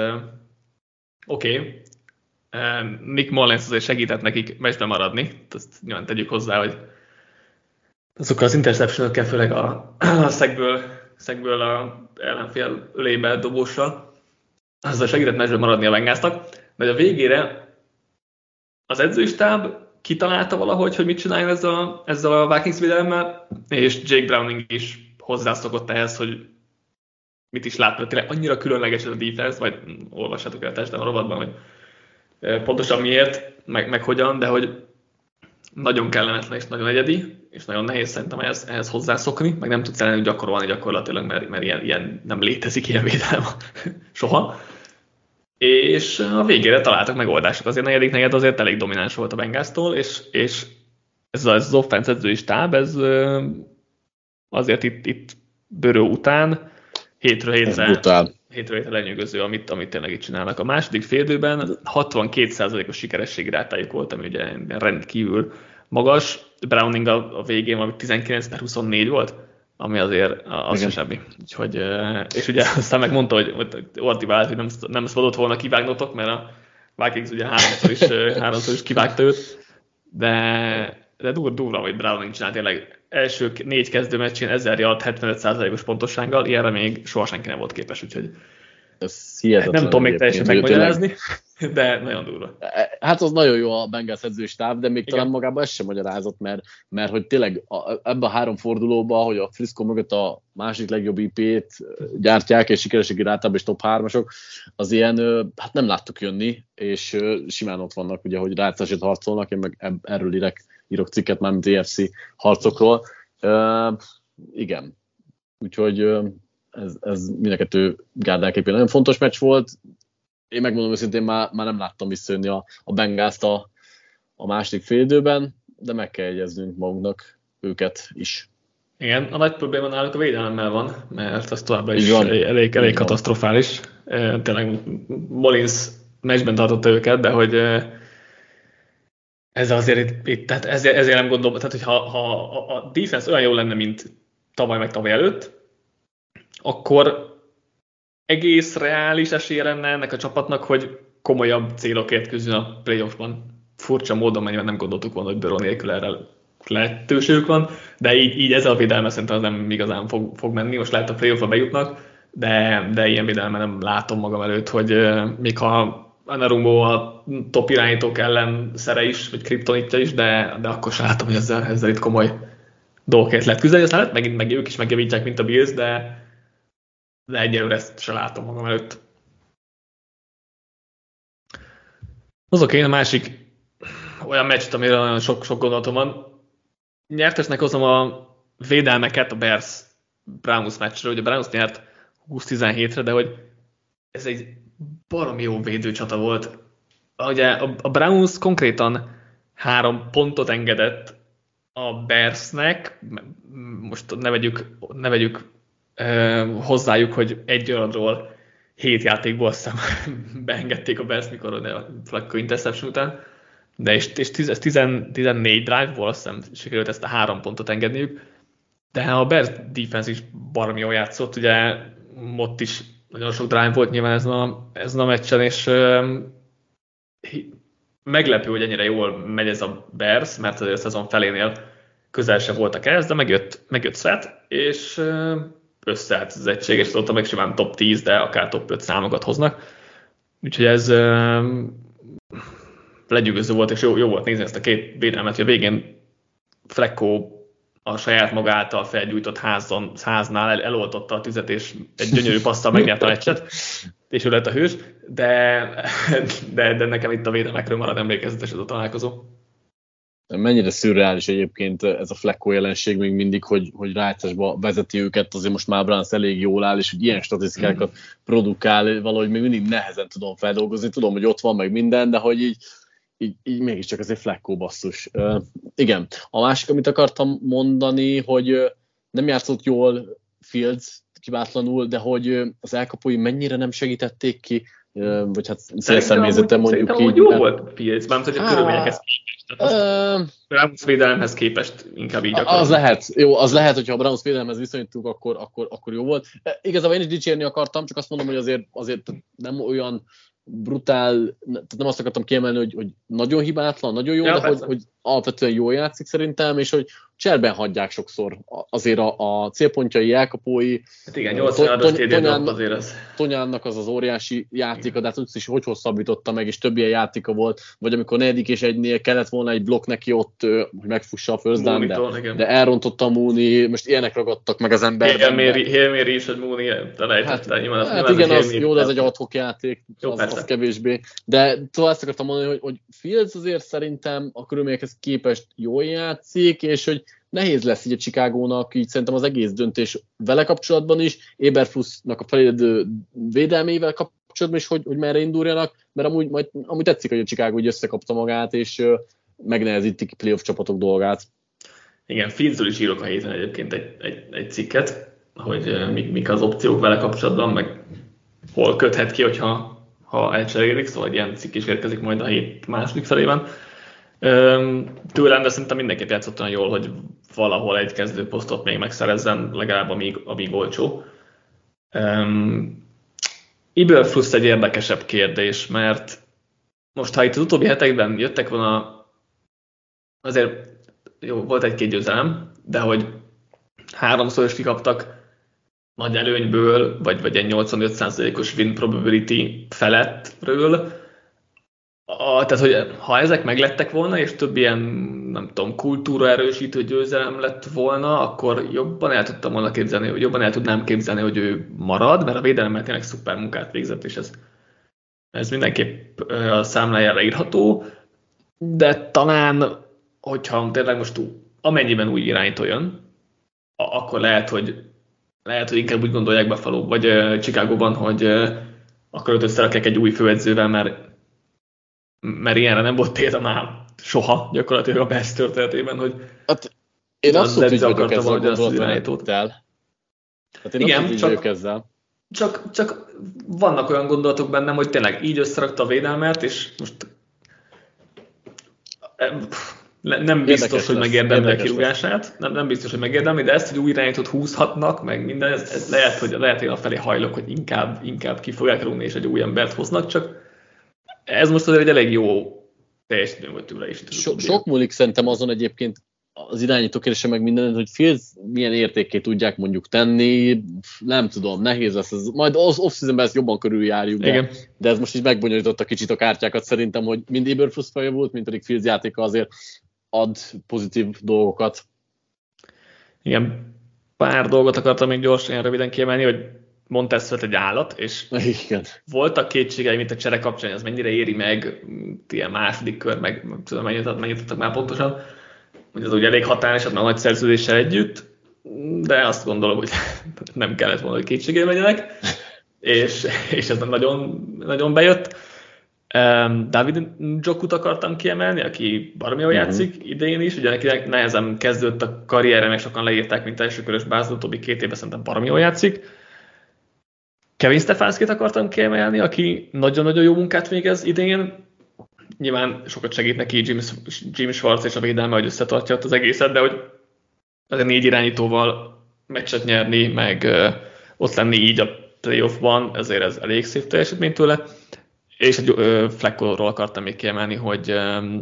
oké, Nick Mullens azért segített nekik meccsben maradni, azt nyilván tegyük hozzá, hogy azokkal az interception-ökkel, főleg a szegből a ellenfél ölébe dobóssal, azzal segített meccsben maradni a Bengalsnak, de a végére az edzői stáb kitalálta valahogy, hogy mit csináljon ezzel a Vikings védelemmel, és Jake Browning is hozzászokott ehhez, hogy mit is lát, tényleg annyira különleges ez a defense, vagy olvassátok el a touchdown rovatban, hogy pontosan miért, meg hogyan, de hogy nagyon kellemetlen és nagyon egyedi, és nagyon nehéz szerintem ehhez hozzászokni, meg nem tudsz ellenük gyakorolni gyakorlatilag, mert ilyen nem létezik ilyen védelme soha. És a végére találtak megoldásokat. Azért a negyedik negyed azért elég domináns volt a Bengalstól, és ez az offense edzői stáb, ez azért itt bőrő után hétről hétre lenyűgöző, amit tényleg itt csinálnak. A második félidőben 62%-os sikerességi rátájuk volt, ami ugye rendkívül magas. Browning a végén valami 19/24 volt, ami azért az se semmi. Úgyhogy, és ugye aztán megmondta, hogy Orti vált, hogy nem szabadott volna kivágnotok, mert a Vikings ugye háromszor is kivágta őt, de durva, hogy Browning csinált tényleg első 4 kezdő meccsén 1000 yard 75%-os pontossággal, ilyenre még soha senki nem volt képes, úgyhogy ez hihetetlen. Nem tudom még teljesen megmagyarázni. De nagyon durva. Hát az nagyon jó a Bengals edzőstáb, de még Igen. talán magában ez sem magyarázott, mert hogy tényleg ebben a 3 fordulóban, hogy a Frisco mögött a másik legjobb IP-t gyártják, és sikerességi rátában és top 3-asok, az ilyen, hát nem láttuk jönni, és simán ott vannak, ugye, hogy rácásért harcolnak, én meg erről írok cikket már, mint EFC harcokról. Igen. Úgyhogy ez mind a kettő gárdálképpen nagyon fontos meccs volt. Én megmondom őszintén, már nem láttam visszajönni a Bengalst a második félidőben, de meg kell jegyeznünk magunknak őket is. Igen, a nagy probléma náluk a védelemmel van, mert az továbbra is elég katasztrofális. Tényleg Mullins meccsben tartotta őket, de hogy ez azért itt tehát ezért nem gondolom, tehát hogy ha a defense olyan jó lenne, mint tavaly meg tavaly előtt, akkor egész reális esélye lenne ennek a csapatnak, hogy komolyabb célokért küzdjön a playoffban. Furcsa módon, mert nem gondoltuk volna, hogy Burrow nélkül erre lehetőségük van, de így ez a védelme szerintem az nem igazán fog menni. Most lehet a playoffba bejutnak, de ilyen védelme nem látom magam előtt, hogy még ha Anarumo a top irányítók ellen szere is, vagy kriptonitja is, de akkor sem látom, hogy ezzel itt komoly dolgokért lehet küzdeni. Aztán lehet megint ők is megjavítják, mint a Bills, de egyelőre ezt sem látom magam előtt. Hozok én a másik olyan meccset, amire nagyon sok gondolatom van. Nyertesnek hozom a védelmeket a Bears-Browns meccsről. Ugye a Browns nyert 20-17-re, de hogy ez egy baromi jó védőcsata volt. Ugye a Browns konkrétan 3 pontot engedett a Bearsnek. Most ne vegyük hozzájuk, hogy egy arról 7 játékból aztán beengedték a Bears, mikor a Flacco interception után, de és 14 drive-ból azt hiszem sikerült ezt a 3 pontot engedniük, de a Bears defense is baromi jól játszott, ugye ott is nagyon sok drive volt nyilván ezen a meccsen, és meglepő, hogy ennyire jól megy ez a Bears, mert azért a szezon felénél közel se voltak ehhez, de megjött Seth, és összeállt az egység, és azóta meg simán top 10, de akár top 5 számokat hoznak. Úgyhogy ez legyűgöző volt, és jó volt nézni ezt a két védelmet, hogy a végén Flacco a saját maga által felgyújtott háznál eloltotta a tüzet, és egy gyönyörű passzal megnyerte a meccset, és ő lett a hős, de nekem itt a védelmekről marad emlékezetes ez a találkozó. Mennyire szürreális egyébként ez a Flacco jelenség még mindig, hogy rájátszásba vezeti őket, azért most már Browns elég jól áll, és hogy ilyen statisztikákat produkál, valahogy még mindig nehezen tudom feldolgozni, tudom, hogy ott van meg minden, de hogy így mégiscsak azért Flacco basszus. Igen, a másik, amit akartam mondani, hogy nem játszott jól Fields kibátlanul, de hogy az elkapói mennyire nem segítették ki, vagy hát szélszemélyzete mondjuk így. Szerintem jó volt Fields, bármint, hogy a körülményekhez képest. A Browns védelemhez képest inkább így akarom. Az lehet, jó, az lehet, hogyha a Browns védelemhez viszonyítunk, akkor jó volt. Igazából én is dicsérni akartam, csak azt mondom, hogy azért nem olyan brutál, tehát nem azt akartam kiemelni, hogy nagyon hibátlan, nagyon jó, de hogy alapvetően jól játszik szerintem, és hogy cserben hagyják sokszor azért a célpontjai, elkapói. Hát igen, 80-as TD-dob azért ez. Tonyánnak az óriási játéka, de hát úgy is, hogy hosszabbította meg, és több ilyen játéka volt, vagy amikor 4-1-nél kellett volna egy blokk neki ott, hogy megfussa a first down, de elrontotta a Mooney, most ilyenek ragadtak meg az emberben. Hail Mary is, hogy Mooney elejtette. Hát igen, az jó, de ez egy ad-hoc játék, az kevésbé. De tovább ezt akartam mondani, hogy Fields azért szerintem a körülményekhez képest jól játszik, és hogy nehéz lesz így a Chicagónak, így szerintem az egész döntés vele kapcsolatban is, Eberflusnak a felidő védelmével kapcsolatban is, hogy merre induljanak, mert amúgy tetszik, hogy a Chicago így összekapta magát, és megnehezítik playoff csapatok dolgát. Igen, Fieldsről is írok a héten egyébként egy cikket, hogy mik az opciók vele kapcsolatban, meg hol köthet ki, ha elcserélik, szóval egy ilyen cikk is érkezik majd a hét második felében. Tőlem, de szerintem mindenképp játszott olyan jól, hogy valahol egy kezdőposztot még megszerezzen, legalább amíg olcsó. Eberflus egy érdekesebb kérdés, mert most, ha itt az utóbbi hetekben jöttek volna, azért jó, volt egy-két győzelem, de hogy 3-szor is kikaptak nagy előnyből, vagy egy 85%-os win probability felettről, Tehát, hogy ha ezek meglettek volna, és több ilyen, nem tudom, kultúra erősítő győzelem lett volna, akkor jobban el tudtam volna képzelni, hogy jobban el tudnám képzelni, hogy ő marad, mert a védelemmel tényleg szuper munkát végzett, és ez mindenképp a számlájára írható, de talán, hogyha tényleg most amennyiben új irányító jön, akkor lehet, hogy inkább úgy gondolják Buffalo, vagy Chicagóban, hogy akkor őt összerakják egy új főedzővel, mert ilyenre nem volt példa már soha gyakorlatilag a Bears történetében, hogy hát én abszolút így vagyok ezzel a gondolatmenettel. Hát én igen, abszolút így vagyok ezzel. Csak vannak olyan gondolatok bennem, hogy tényleg így összerakta a védelmet, és most nem biztos, hogy megérdemli a kirúgását, nem biztos, hogy megérdemli, de ezt, hogy új irányítót húzhatnak, meg minden, ez lehet, hogy afelé hajlok, hogy inkább ki fogják rúgni, és egy új embert hoznak, csak ez most azért egy elég jó teljesítmény volt tőle is. Sok múlik szerintem azon egyébként az irányító kérdése meg minden, hogy Fields milyen értékét tudják mondjuk tenni, nem tudom, nehéz lesz ez. Majd az off-seasonben ezt jobban körüljárjuk, de ez most is megbonyolította kicsit a kártyákat szerintem, hogy mind Eberflus volt, mint pedig Fields játéka azért ad pozitív dolgokat. Igen, pár dolgot akartam még gyorsan, röviden kiemelni, hogy Montez volt egy állat, és igen. Voltak kétségei, mint a csere kapcsán, az mennyire éri meg, ilyen második kör, meg tudom, mennyit adtak már pontosan, hogy az úgy elég határos, a nagy szerződéssel együtt, de azt gondolom, hogy nem kellett volna, hogy kétségei legyenek, és ez nagyon, nagyon bejött. David Njokut akartam kiemelni, aki baromi jól játszik idején is, ugye nekinek nehezen kezdődött a karriere, meg sokan leírták, mint elsőkörös bázol, utóbbi 2 évben szerintem baromi jól játszik. Kevin Stefanskit akartam kiemelni, aki nagyon-nagyon jó munkát végez idén. Nyilván sokat segít neki Jim Schwartz és a védelme, hogy összetartja ott az egészet, de hogy azért 4 irányítóval meccset nyerni, meg ott lenni így a playoffban, ezért ez elég szép teljesítmény tőle. És egy Flaccoról akartam még kiemelni, hogy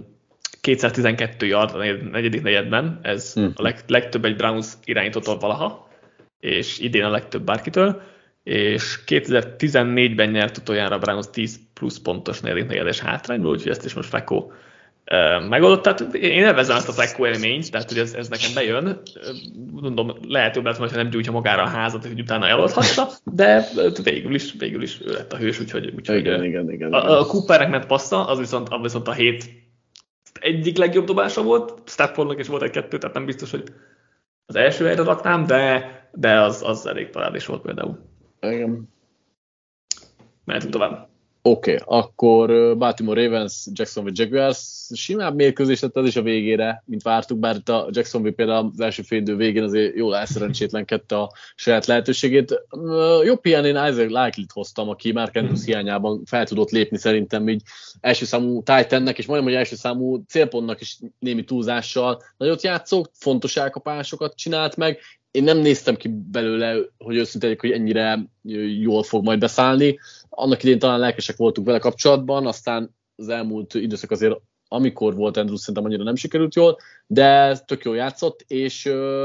212 yard a negyedik negyedben, ez a legtöbb egy Browns irányítótól valaha, és idén a legtöbb bárkitől, és 2014-ben nyert utoljára a Browns 10 plusz pontos negyedik negyedes hátrányból, úgyhogy ezt is most Flacco megoldott. Tehát én elvezem ezt a Flacco élményt, tehát hogy ez nekem bejön. Mondom, lehet jobb lett, ha nem gyújtja magára a házat, hogy utána eloldhatta, de végül is ő lett a hős, úgyhogy igen. A Coopernek ment passza, az viszont a hét egyik legjobb dobása volt, Staffordnak is volt 1-2, tehát nem biztos, hogy az első helyre raknám, de az elég parádés volt például. Igen. Mehetünk tovább. Oké, akkor Baltimore Ravens, Jacksonville Jaguars, simább mérkőzés lett ez is a végére, mint vártuk, bár itt a Jacksonville például az első fél idő végén azért jól elszerencsétlenkedte a saját lehetőségét. Jobb ilyen én Isaac Likely-t hoztam, aki Mark Andrews hiányában fel tudott lépni szerintem így első számú Titannek, és majdnem, hogy első számú célpontnak is némi túlzással nagyot játszott, fontos elkapásokat csinált meg. Én nem néztem ki belőle, hogy őszintén, hogy ennyire jól fog majd beszállni. Annak idején talán lelkesek voltunk vele kapcsolatban, aztán az elmúlt időszak azért, amikor volt Andrews, szerintem annyira nem sikerült jól, de tök jól játszott, és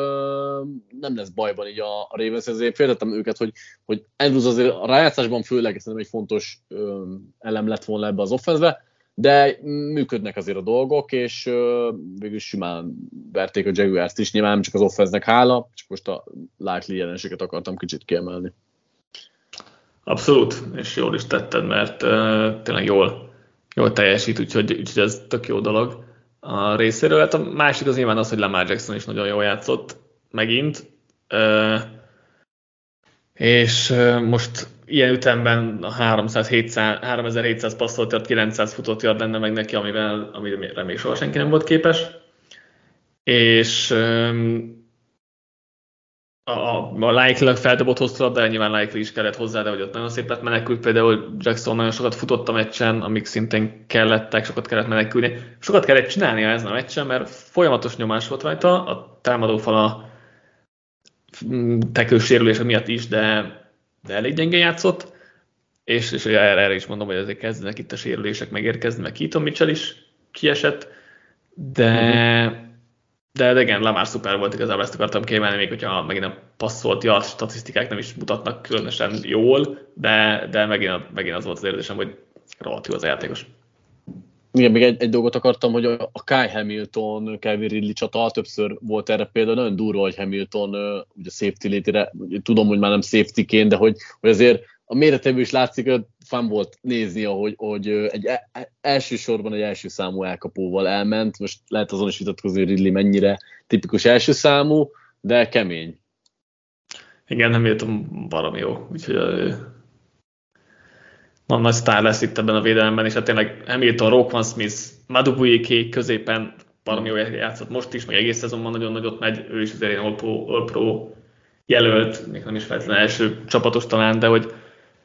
nem lesz bajban így a Ravens, ezért féltettem őket, hogy Andrews azért a rájátszásban főleg szerintem egy fontos elem lett volna ebbe az offenszbe, de működnek azért a dolgok, és végül simán verték a Jaguars-t is, nyilván nem csak az offensznek hála, csak most a Likely jelenséget akartam kicsit kiemelni. Abszolút, és jól is tetted, mert tényleg jól teljesít, úgyhogy ez tök jó dolog a részéről. Hát a másik az nyilván az, hogy Lamar Jackson is nagyon jól játszott megint, és most ilyen ütemben a 3700 passzolt yard, 900 futott yard lenne meg neki, amire még soha senki nem volt képes. És a Likely-leg feldobott hosszú labdára, nyilván Likely is kellett hozzá, de hogy ott nagyon szép lett menekült. Például Jackson nagyon sokat futott a meccsen, amik szintén kellettek, sokat kellett menekülni. Sokat kellett csinálnia ezen a meccsen, mert folyamatos nyomás volt rajta, a támadófal a tekősérülése miatt is, de elég gyengén játszott, és erre is mondom, hogy azért kezdenek itt a sérülések megérkezni, meg Keaton Mitchell is kiesett, de igen, Lamar szuper volt, igazából ezt akartam kiemelni, még hogyha megint a passzolt yard statisztikák nem is mutatnak különösen jól, de megint az volt az érzésem, hogy rohadt jó az a játékos. Igen, még egy dolgot akartam, hogy a Kai Hamilton, Calvin Ridley csata, többször volt erre például, nagyon durva, hogy Hamilton ugye safety létére, tudom, hogy már nem safety-ként, de hogy azért a méretéből is látszik, hogy fun volt nézni, hogy egy elsősorban egy első számú elkapóval elment, most lehet azon is vitatkozni, hogy Ridley mennyire tipikus első számú, de kemény. Igen, Hamilton baromi jó, úgyhogy nagy sztár lesz itt ebben a védelemben, és hát tényleg Hamilton, Roquan Smith, Madubuike középen baromi jól játszott most is, meg egész szezonban nagyon nagyot megy, ő is azért ilyen All-Pro jelölt, még nem is feltétlenül első csapatos talán, de hogy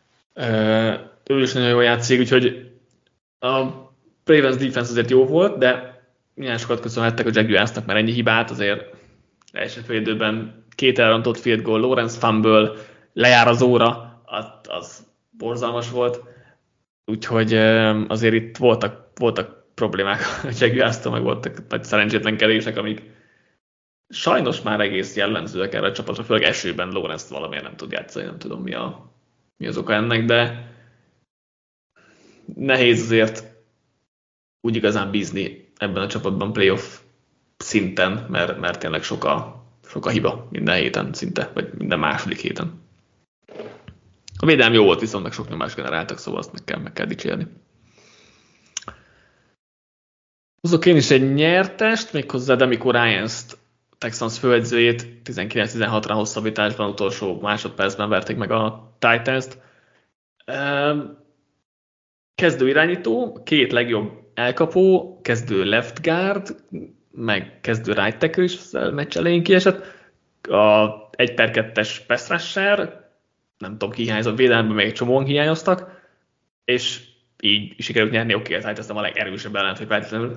ő is nagyon jól játszik, úgyhogy a Ravens defense azért jó volt, de milyen sokat köszönhettek a Jaguarsnak, mert ennyi hibát azért első fél időben 2 elrontott field goal, Lawrence fumble, lejár az óra, az borzalmas volt, úgyhogy azért itt voltak problémák a Jaguarstól, meg voltak nagy szerencsétlenkedések, amik sajnos már egész jellemzőek erre a csapatra, főleg esőben Lawrence valamiért nem tud játszani, nem tudom mi az oka ennek, de nehéz azért úgy igazán bízni ebben a csapatban playoff szinten, mert tényleg sok a hiba minden héten szinte, vagy minden második héten. A védelem jó volt, viszont meg sok nyomást generáltak, szóval azt meg kell dicsérni. Hozok én is egy nyertest, méghozzá Demico Ryans-t, Texans főedzőjét 19-16-ra hosszabbításban, utolsó másodpercben verték meg a Titans-t. Kezdő irányító, 2 legjobb elkapó, kezdő left guard, meg kezdő right tackle is a meccs elején kiesett. A 1/2-es pass rusher, nem tudom ki hiányzott, védelemben még egy csomóan hiányoztak, és így sikerült nyerni, oké, a Titans nem a legerősebb ellenfél feltétlenül,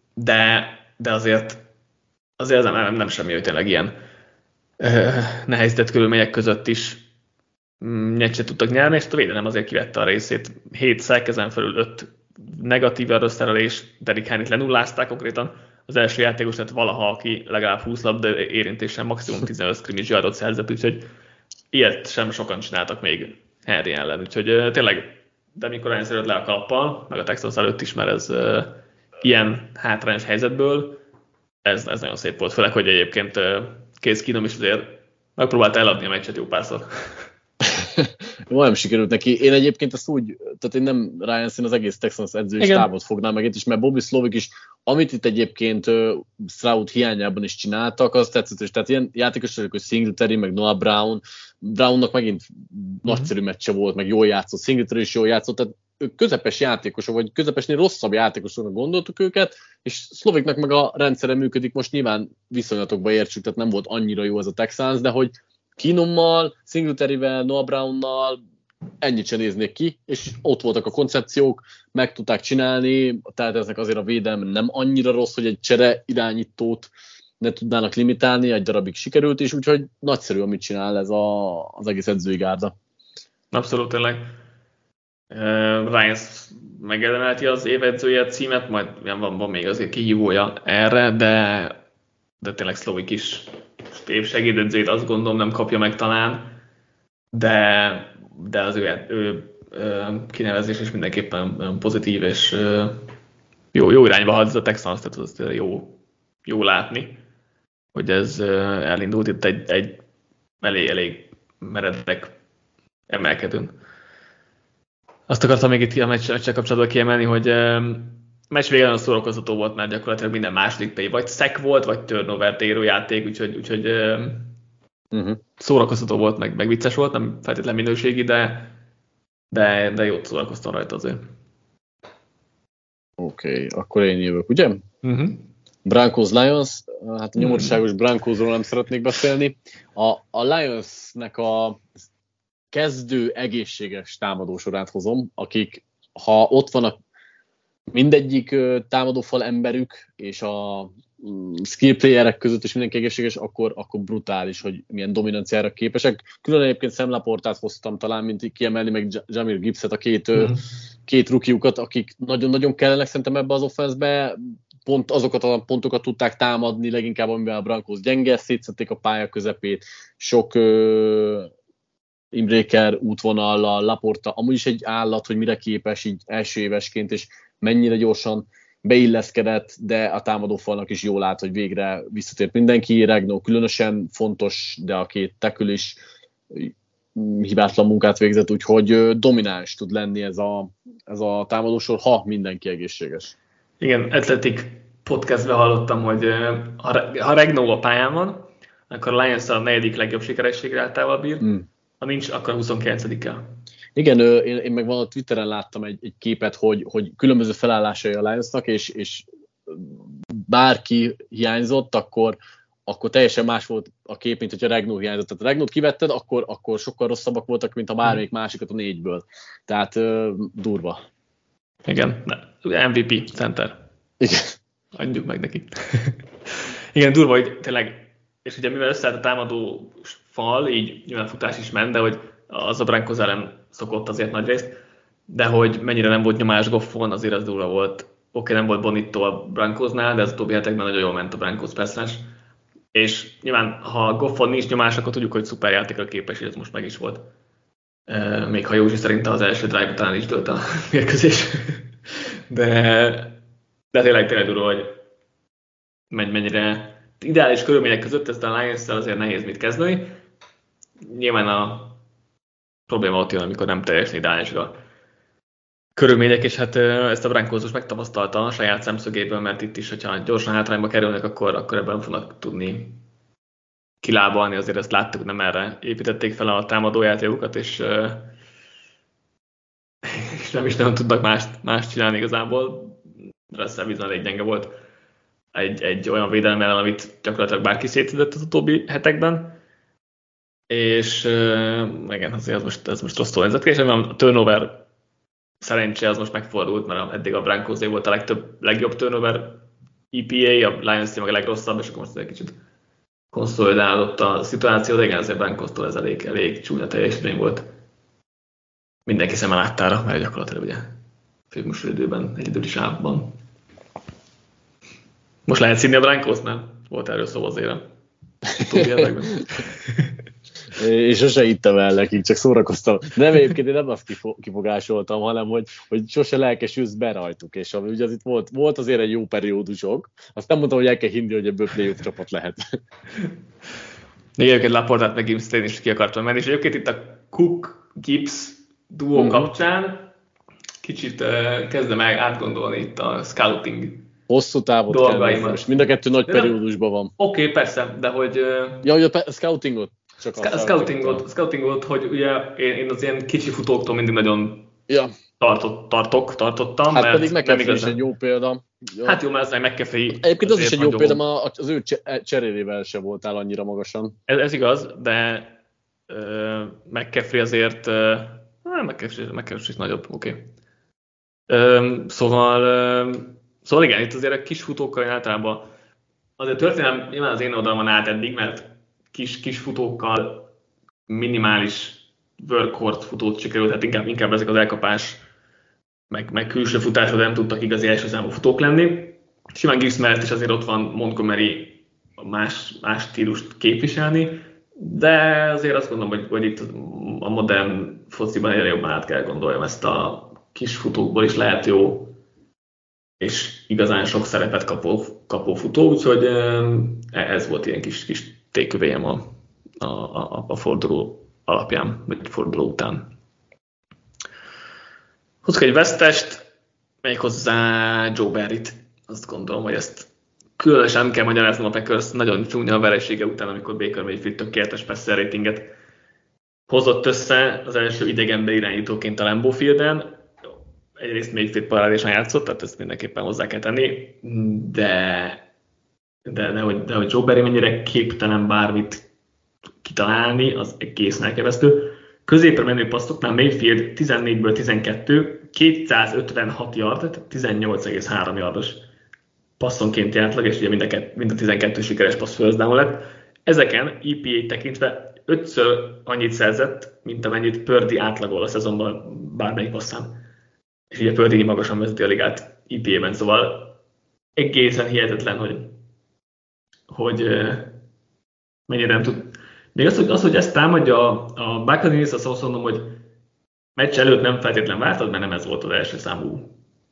de azért nem semmi, hogy tényleg ilyen nehezített körülmények között is meccset tudtak nyerni, és a védelem azért kivette a részét. 7 sack, ezen felül 5 negatív erőszerelés, Derrick Henryt lenullázták konkrétan. Az első játékos lett valaha, aki legalább 20 labda érintésen maximum 15 scrimmage yardot szerzett, úgyhogy ilyet sem sokan csináltak még Henry ellen. Úgyhogy tényleg, de mikor elszörött le a kalappal, meg a Texans előtt is, mert ez ilyen hátrányos helyzetből, ez nagyon szép volt. Főleg, hogy egyébként Case Keenum is azért megpróbálta eladni a meccset jó párszor. Majdnem sikerült neki. Én egyébként ezt úgy, tehát én nem Ryan Szín az egész Texans edzői stábot fognám meg itt is, mert Bobby Slovic is, amit itt egyébként Stroud hiányában is csináltak, az tetszett, és tehát ilyen játékosok, hogy Singletary, meg Noah Brownnak megint nagyszerű meccse volt, meg jól játszott, Singletary is jól játszott, tehát ők közepes játékosok, vagy közepesnél rosszabb játékosoknak gondoltuk őket, és Slovicnak meg a rendszere működik, most nyilván viszonylatokba értsük, tehát nem volt annyira jó ez a Texans, de hogy Keenummal, Singletaryvel, Noah Brownnal ennyit sem néznék ki, és ott voltak a koncepciók, meg tudták csinálni, tehát eznek azért a védelme nem annyira rossz, hogy egy csere irányítót ne tudnának limitálni, egy darabig sikerült is, úgyhogy nagyszerű, amit csinál ez az egész edzői gárda. Abszolút, tényleg. Ryan megérdemelti az évedzője címet, majd van még azért kihívója erre, de tényleg Slovic is évsegédedzőjét azt gondolom nem kapja meg talán, de az ő kinevezés is mindenképpen pozitív, és jó irányba hadd a Texans, tehát az jó látni, hogy ez elindult itt egy elég meredek emelkedőn. Azt akartam még itt a meccsel kapcsolatban kiemelni, hogy meccs végén szórakoztató volt, mert gyakorlatilag minden második play vagy sack volt, vagy turnover-t érő játék, úgyhogy szórakoztató volt, meg vicces volt, nem feltétlenül minőségi, de jót szórakoztam rajta azért. Oké, akkor én jövök, ugye? Broncos-Lions, hát a nyomorúságos Broncosról nem szeretnék beszélni. A Lionsnek a kezdő egészséges támadósorát hozom, akik, ha ott van mindegyik támadófal emberük, és a skill playerek között is mindenki egészséges, akkor brutális, hogy milyen dominanciára képesek. Külön egyébként Sam Laportát hoztam talán, mint kiemelni, meg Jahmyr Gibbset, a két rukiukat, akik nagyon-nagyon kellenek szerintem ebbe az offenszbe. Pont azokat a pontokat tudták támadni, leginkább amivel a Broncos gyenge, szétszették a pálya közepét, sok Imbreaker útvonallal, Laporta, amúgy is egy állat, hogy mire képes így első évesként, és mennyire gyorsan beilleszkedett, de a támadófalnak is jól állt, hogy végre visszatért mindenki. Regno különösen fontos, de a két tackle is hibátlan munkát végzett, úgyhogy domináns tud lenni ez a támadósor, ha mindenki egészséges. Igen, Athletic podcastben hallottam, hogy ha Regno a pályán van, akkor a Lions a 4. legjobb sikerességi rátával bír, ha nincs, akkor 29-kel. Igen, én meg a Twitteren láttam egy képet, hogy különböző felállásai a Lionsnak, és bárki hiányzott, akkor teljesen más volt a kép, mint hogyha Regno hiányzott. Tehát a Regnót kivetted, akkor sokkal rosszabbak voltak, mint a bármelyik másikat a 4-ből. Tehát durva. Igen, MVP center. Igen. Adjuk meg neki. Igen, durva, hogy tényleg, és ugye mivel összeállt a támadó fal, így nyilván futás is ment, de hogy az a Broncos ellen szokott azért nagy részt, de hogy mennyire nem volt nyomás Goffon, azért az durva volt. Oké, nem volt Bonito a Broncosnál, de az utóbbi hetekben nagyon jól ment a Broncos passzás. És nyilván, ha Goffon nincs nyomás, akkor tudjuk, hogy szuper játékra képes, és ez most meg is volt. Még ha Józsi szerint az első drive után is dőlt a mérkőzés. De tényleg durva, hogy mennyire ideális körülmények között ezt a Lions-szel azért nehéz mit kezdeni. Nyilván a probléma ott jön, amikor nem teljesen ideális a körülmények, és hát ezt a Broncos most megtapasztalta a saját szemszögéből, mert itt is, hogyha gyorsan hátrányba kerülnek, akkor ebben nem fognak tudni kilábalni, azért ezt láttuk, nem erre építették fel a támadójátékokat, és nem is nagyon tudnak mást csinálni igazából. Russell Wilson elég gyenge volt egy olyan védelem ellen, amit gyakorlatilag bárki szétszedett az utóbbi hetekben. És igen, azért ez most rosszul nézett ki, és a turnover szerencsé az most megfordult, mert eddig a Broncosé volt a legjobb turnover EPA, a Lions meg a legrosszabb, és akkor most egy kicsit konszolidálódott a szituáció, de igen, azért Broncostól ez elég csúnya teljesítmény volt. Mindenki szeme láttára, mert gyakorlatilag ugye főműsoridőben, egyedüli sávban. Most lehet színni a Broncos, mert volt erről szó azért utóbbi években. És sose ittem el nekik, csak szórakoztam. De nem, egyébként én nem azt kifogásoltam, hanem hogy sose lelkesülsz be rajtuk, és ami ugye az itt volt azért egy jó periódusok, azt nem mondtam, hogy el kell hinni, hogy ebből play-off csapat lehet. Még egyébként Laportát meg Gimstén is ki akartam menni, és egyébként itt a Cook-Gibbs duó kapcsán kicsit kezdem el átgondolni itt a scouting hosszú távot kell, és mind a kettő nagy periódusban van. Oké, persze, de hogy... Ja, hogy a scoutingot? Scoutingot, hogy ugye én az ilyen kicsi futóktól mindig nagyon tartottam. Hát pedig McCaffrey is egy jó példa. Ja. Hát jó, mert az McCaffrey... Egyébként az is egy jó példa, az ő cserélével se voltál annyira magasan. Ez igaz, de McCaffrey azért... McCaffrey is nagyobb, oké. Szóval igen, itt azért a kis futókkal általában azért történelem nyilván az én oldalon át eddig, mert kis futókkal minimális workhorse futót sikerült, hát inkább ezek az elkapás, meg külső futásra nem tudtak igazi első számú futók lenni. Simán Gibbs mellett is azért ott van Montgomery más stílust képviselni, de azért azt gondolom, hogy itt a modern fociban egyre jobban át kell gondoljam ezt a kis futókból is lehet jó és igazán sok szerepet kapó futó, úgyhogy ez volt ilyen kis tékövéjem a forduló alapján, vagy forduló után. Hozok egy vesztest, méghozzá Joe Barryt. Azt gondolom, hogy ezt különösen kell magyaráznom a Packers nagyon csúnya a veresége után, amikor Baker Mayfield tökéletes passer ratinget hozott össze az első idegenbe irányítóként a Lambeau Fielden. Egyrészt Mayfield parádésan játszott, tehát ezt mindenképpen hozzá kell tenni, de hogy Joe Barry mennyire képtelen bármit kitalálni, az egészen elképesztő. Középre menő passzoknál Mayfield 14-ből 12, 256 yard, tehát 18,3 yardos passzonkénti átlag, és ugye mind a 12 sikeres passz first down lett. Ezeken EPA tekintve 5-ször annyit szerzett, mint amennyit Purdy átlagol a szezonban bármelyik passzán. És ugye Purdy magasan vezeti a ligát EPA-ben, szóval egészen hihetetlen, hogy mennyire nem tud. Még az, hogy ezt támadja a Buccaneers, azt mondom, hogy meccs előtt nem feltétlen vártad, mert nem ez volt az első számú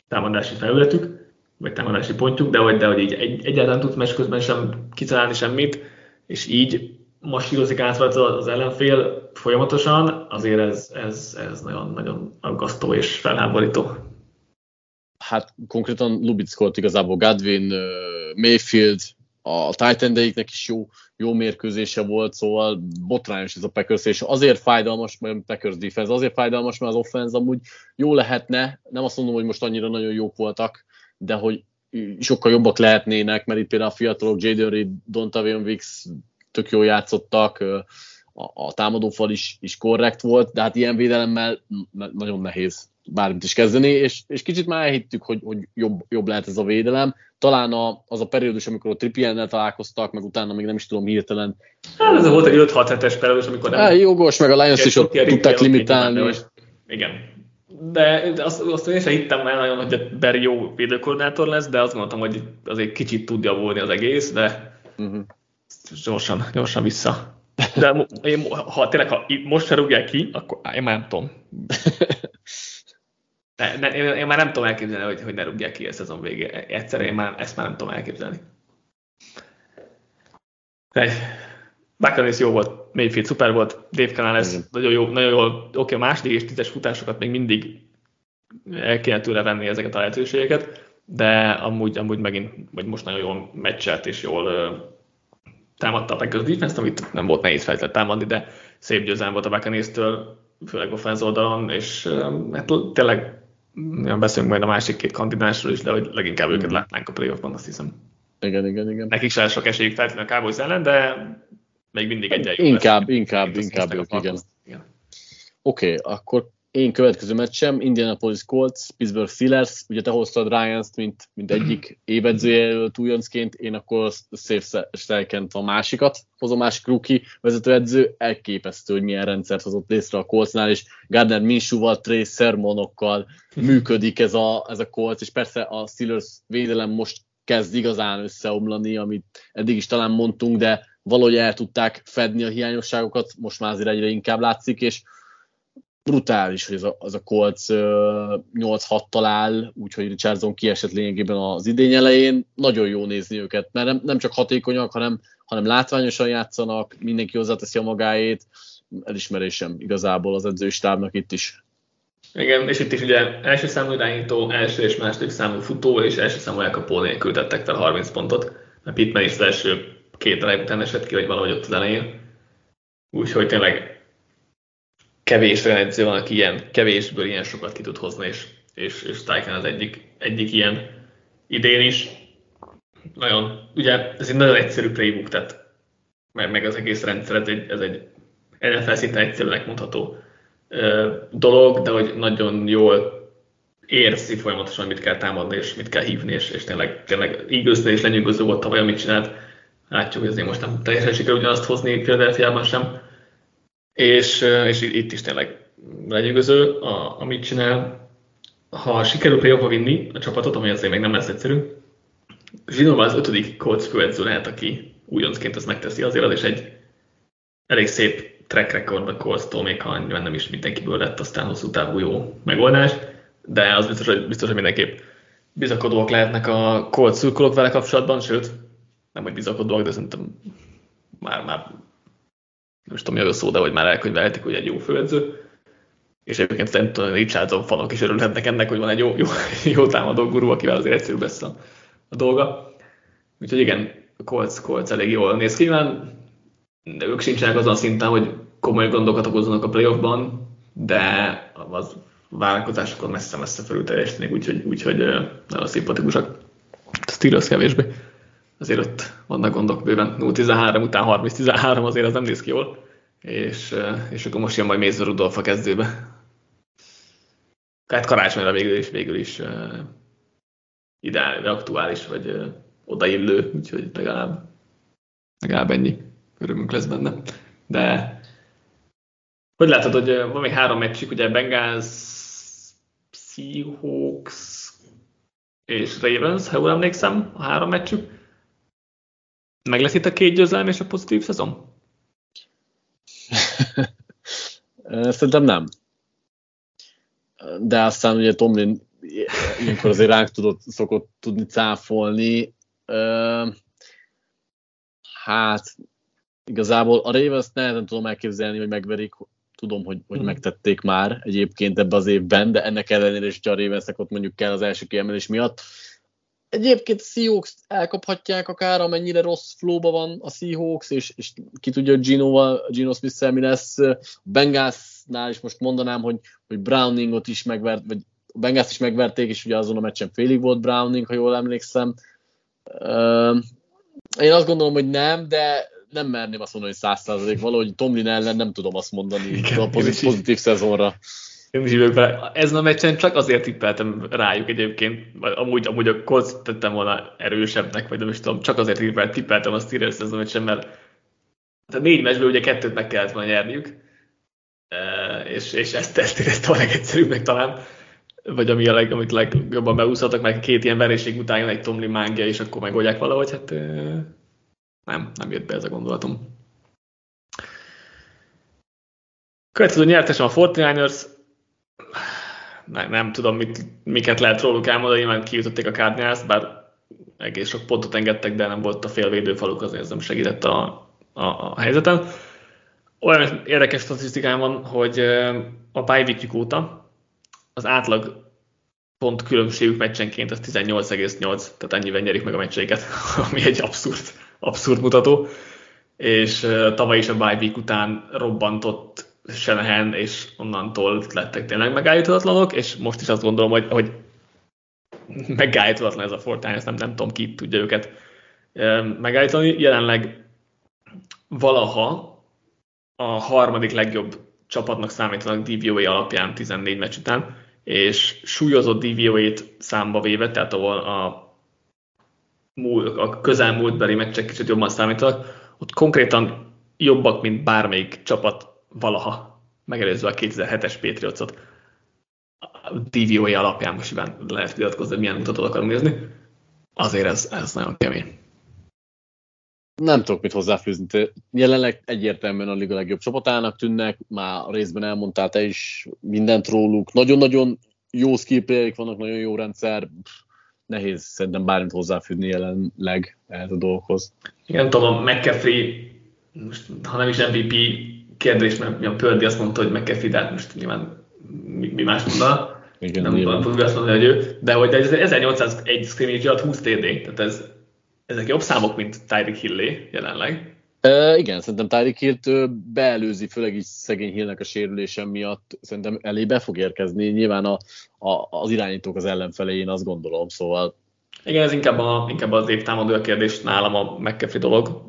támadási felületük, vagy támadási pontjuk, de hogy így egyáltalán tudsz meccs közben sem kitalálni semmit, és így masírozik át az ellenfél folyamatosan, azért ez nagyon aggasztó és felháborító. Hát konkrétan Lubickolt igazából Godwin, Mayfield, a Titan-deiknek is jó mérkőzése volt, szóval botrányos ez a Packers, és azért fájdalmas, mert a Packers defense, azért fájdalmas, mert az offense amúgy jó lehetne, nem azt mondom, hogy most annyira nagyon jók voltak, de hogy sokkal jobbak lehetnének, mert itt például a fiatalok, Jaden Reed, Dontavian Wicks tök jól játszottak, a támadófal is korrekt volt, de hát ilyen védelemmel nagyon nehéz bármit is kezdeni, és kicsit már elhittük, hogy jobb lehet ez a védelem. Talán az a periódus, amikor a Trippier-nel találkoztak, meg utána még nem is tudom hirtelen. Hát ez volt egy 5-6 hetes periódus, amikor nem... Jogos, meg a Lions is ott tudták limitálni. Igen. De azt én sem hittem el nagyon, hogy a Barry jó védőkoordinátor lesz, de azt gondoltam, hogy azért kicsit tud javulni az egész, de gyorsan vissza. De ha most se rúgják ki, akkor én már nem tudom. Én már nem tudom elképzelni, hogy ne rúgják ki a szezon végén. Egyszerűen ezt már nem tudom elképzelni. Buccaneers jó volt, Mayfield szuper volt, Dave Canales nagyon jó, oké, a második és 10-es futásokat még mindig el kéne tőle venni ezeket a lehetőségeket, de amúgy megint, vagy most nagyon jól meccselt és jól támadta a Packers defense-t, amit nem volt nehéz feltétlenül támadni, de szép győzelem volt a Buccaneers-től, főleg offense oldalon, és hát tényleg beszélünk majd a másik két kandidásról is, de hogy leginkább őket látnánk a playoffban, azt hiszem. Igen. Nekik sem sok esélyük feltétlenül a Cowboys ellen, de még mindig egy Inkább ők, igen. Oké, akkor én következő meccsem, Indianapolis Colts, Pittsburgh Steelers, ugye te hoztad Ryans-t, mint egyik évedzőjelölt újoncként, én akkor Safe Strikent a másikat hozom, másik rookie vezetőedző, elképesztő, hogy milyen rendszert hozott létre a Coltsnál, és Gardner Minshewval, Trey Sermonokkal működik ez a Colts, és persze a Steelers védelem most kezd igazán összeomlani, amit eddig is talán mondtunk, de valahogy el tudták fedni a hiányosságokat, most már azért egyre inkább látszik, és brutális, hogy az a Colts 8-6-tal áll, úgyhogy Richardson kiesett lényegében az idény elején. Nagyon jó nézni őket, mert nem csak hatékonyak, hanem látványosan játszanak, mindenki hozzáteszi a magáét. Elismerésem igazából az edzői stábnak itt is. Igen, és itt is ugye első számú irányító, első és második számú futó, és első számú elkapó nélkül tettek fel 30 pontot, mert Pittman is az első 2 drive után esett ki, vagy valahogy ott az elején. Úgyhogy tényleg kevés olyan edző van, aki kevésből ilyen sokat ki tud hozni, és Steichen az egyik ilyen idén is. Nagyon, ugye ez egy nagyon egyszerű playbook, tehát meg az egész rendszer, ez egy NFL szinten egyszerűnek mondható dolog, de hogy nagyon jól érzi folyamatosan, mit kell támadni, és mit kell hívni, és tényleg Eaglesnél is lenyűgöző volt tavaly, amit csinált. Látjuk, hogy azért most nem teljesen sikerül ugyanazt hozni Philadelphiában sem. És itt is tényleg lenyűgöző, amit csinál. Ha sikerül playoffba vinni a csapatot, ami azért még nem lesz egyszerű, Zsinóval az 5. Colts főedző lehet, aki újoncként ezt megteszi, azért az is egy elég szép track record a Colts-tól, még ha nem is mindenkiből lett aztán hosszú távú jó megoldás, de az biztos, hogy mindenképp bizakodóak lehetnek a Colts szurkolók vele kapcsolatban, sőt, nem hogy bizakodóak, de szerintem már nem is tudom, mi a szó, de hogy már elkönyvelhetik, hogy egy jó főedző. És egyébként szerintem Richardson fanok is örülhetnek ennek, hogy van egy jó támadó gurú, akivel azért egyszerűbb lesz a dolga. Úgyhogy igen, a Colts elég jól néz ki, de ők sincsenek azon szinten, hogy komoly gondokat okozzanak a playoffban, de az várakozásokon messze-messze felül teljesítenek, úgyhogy nagyon szimpatikusak. A Steelers kevésbé. Azért ott vannak gondok bőven. 0-13 után 30-13 azért az nem néz ki jól. És akkor most jön majd Mason Rudolph a kezdőbe. Tehát karácsonyra végül is ideális, aktuális, vagy odaillő, úgyhogy legalább ennyi örömünk lesz benne. De hogy látod, hogy van még 3 meccsük, ugye Bengals, Seahawks és Ravens, ha jól emlékszem, a 3 meccsük. Meg lesz itt a 2 győzelem és a pozitív szezon? Szerintem nem. De aztán ugye Tomlin ilyenkor azért szokott tudni cáfolni. Hát igazából a Ravens-t nehezen tudom elképzelni, hogy megverik. Tudom, hogy megtették már egyébként ebbe az évben, de ennek ellenére is a Ravensnek ott mondjuk kell az első kiemelés miatt. Egyébként a Seahawks elkaphatják akár, amennyire rossz flowba van a Seahawks, és ki tudja, hogy Geno Smith-szel mi lesz. A Bengalsnál is most mondanám, hogy Browningot is megvert, vagy a Bengals is megverték, és ugye azon a meccsen félig volt Browning, ha jól emlékszem. Én azt gondolom, hogy nem, de nem merném azt mondani, hogy 100%, valahogy Tomlin ellen nem tudom azt mondani. Igen, a pozitív szezonra. Én is jövök vele. Ezen a meccsen csak azért tippeltem rájuk egyébként, amúgy a Colts tettem volna erősebbnek, vagy nem is tudom, csak azért tippeltem a Steelers ezen a meccsen, mert a 4 meccsből ugye 2 meg kellett volna nyerniük, és ezt éreztem a legegyszerűbbnek talán, vagy amit legjobban beúszhattak, meg 2 ilyen vereség után jön egy Tomlin mángja, és akkor megoldják valahogy, hát nem jött be ez a gondolatom. Következő nyertesem a 49ers. Nem tudom, miket lehet róluk elmondani, nyilván kijutották a Cardinals, bár egész sok pontot engedtek, de nem volt a félvédőfaluk, azért ez nem segített a helyzeten. Olyan érdekes statisztikám van, hogy a bye weekjük óta az átlag pont különbségük meccsenként az 18,8, tehát ennyivel nyerik meg a meccseiket, ami egy abszurd mutató. És tavaly is a bye week után robbantott Shanahan, és onnantól lettek tényleg megállíthatatlanok, és most is azt gondolom, hogy megállíthatatlan ez a Fortnite, nem tudom, ki tudja őket megállítani. Jelenleg valaha a harmadik legjobb csapatnak számítanak DVOA alapján 14 meccs után, és súlyozott DVOA-t számba véve, tehát ahol a közelmúltbeli meccsek kicsit jobban számítanak, ott konkrétan jobbak, mint bármelyik csapat valaha, megelőzve a 2007-es Patriotsot. A DVOA alapján most lehet vitatkozni, hogy milyen mutatót akarunk nézni. Azért ez nagyon kemény. Nem tudok mit hozzáfűzni. Jelenleg egyértelműen a liga legjobb csapatának tűnnek, már a részben elmondtál te is mindent róluk. Nagyon-nagyon jó skillplayerek vannak, nagyon jó rendszer. Nehéz szerintem bármit hozzáfűzni jelenleg ehhez a dolgokhoz. Igen, tudom, McCaffrey, most, ha nem is MVP kérdés, mert a Pördi azt mondta, hogy McCaffrey, de hát most nyilván mi más mondta. Igen, nem fogjuk azt mondani, hogy ő. De hogy ez 1801 scrimmage alatt 20 TD, tehát ezek jobb számok, mint Tyreek Hillé jelenleg. Igen, szerintem Tyreek Hillt beelőzi, főleg így szegény Hillnek a sérülése miatt, szerintem elébe fog érkezni. Nyilván az irányítók az ellenfelé, én azt gondolom, szóval... Igen, ez inkább az évtámadó a kérdés nálam a McCaffrey dolog,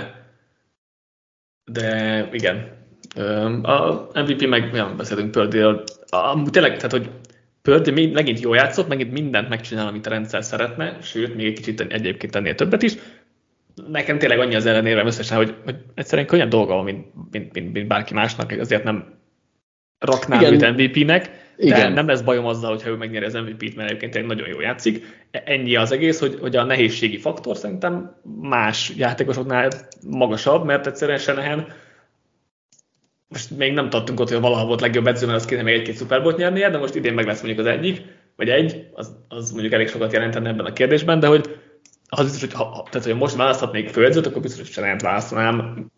de igen. A MVP meg beszéltünk Purdyről. Tényleg, tehát, hogy Purdy megint jól játszott, megint mindent megcsinál, amit a rendszer szeretne, sőt, még egy kicsit egyébként ennél többet is. Nekem tényleg annyi az ellenérem összesen, hogy egyszerűen könnyebb dolga van, mint bárki másnak, azért nem raknám őt MVP-nek, de nem lesz bajom azzal, hogyha ő megnyeri az MVP-t, mert egyébként tényleg nagyon jól játszik. Ennyi az egész, hogy a nehézségi faktor szerintem más játékosoknál magasabb, mert egyszerűen Shanahan most még nem tartunk ott, hogy valaha volt legjobb edző, mert az kéne még 1-2 Super Bowl-t nyernie, de most idén meg lesz mondjuk az egyik, vagy az mondjuk elég sokat jelentene ebben a kérdésben, de hogy az biztos, hogy most választhatnék főedzőt, akkor biztos, hogy Shanahan-t választanám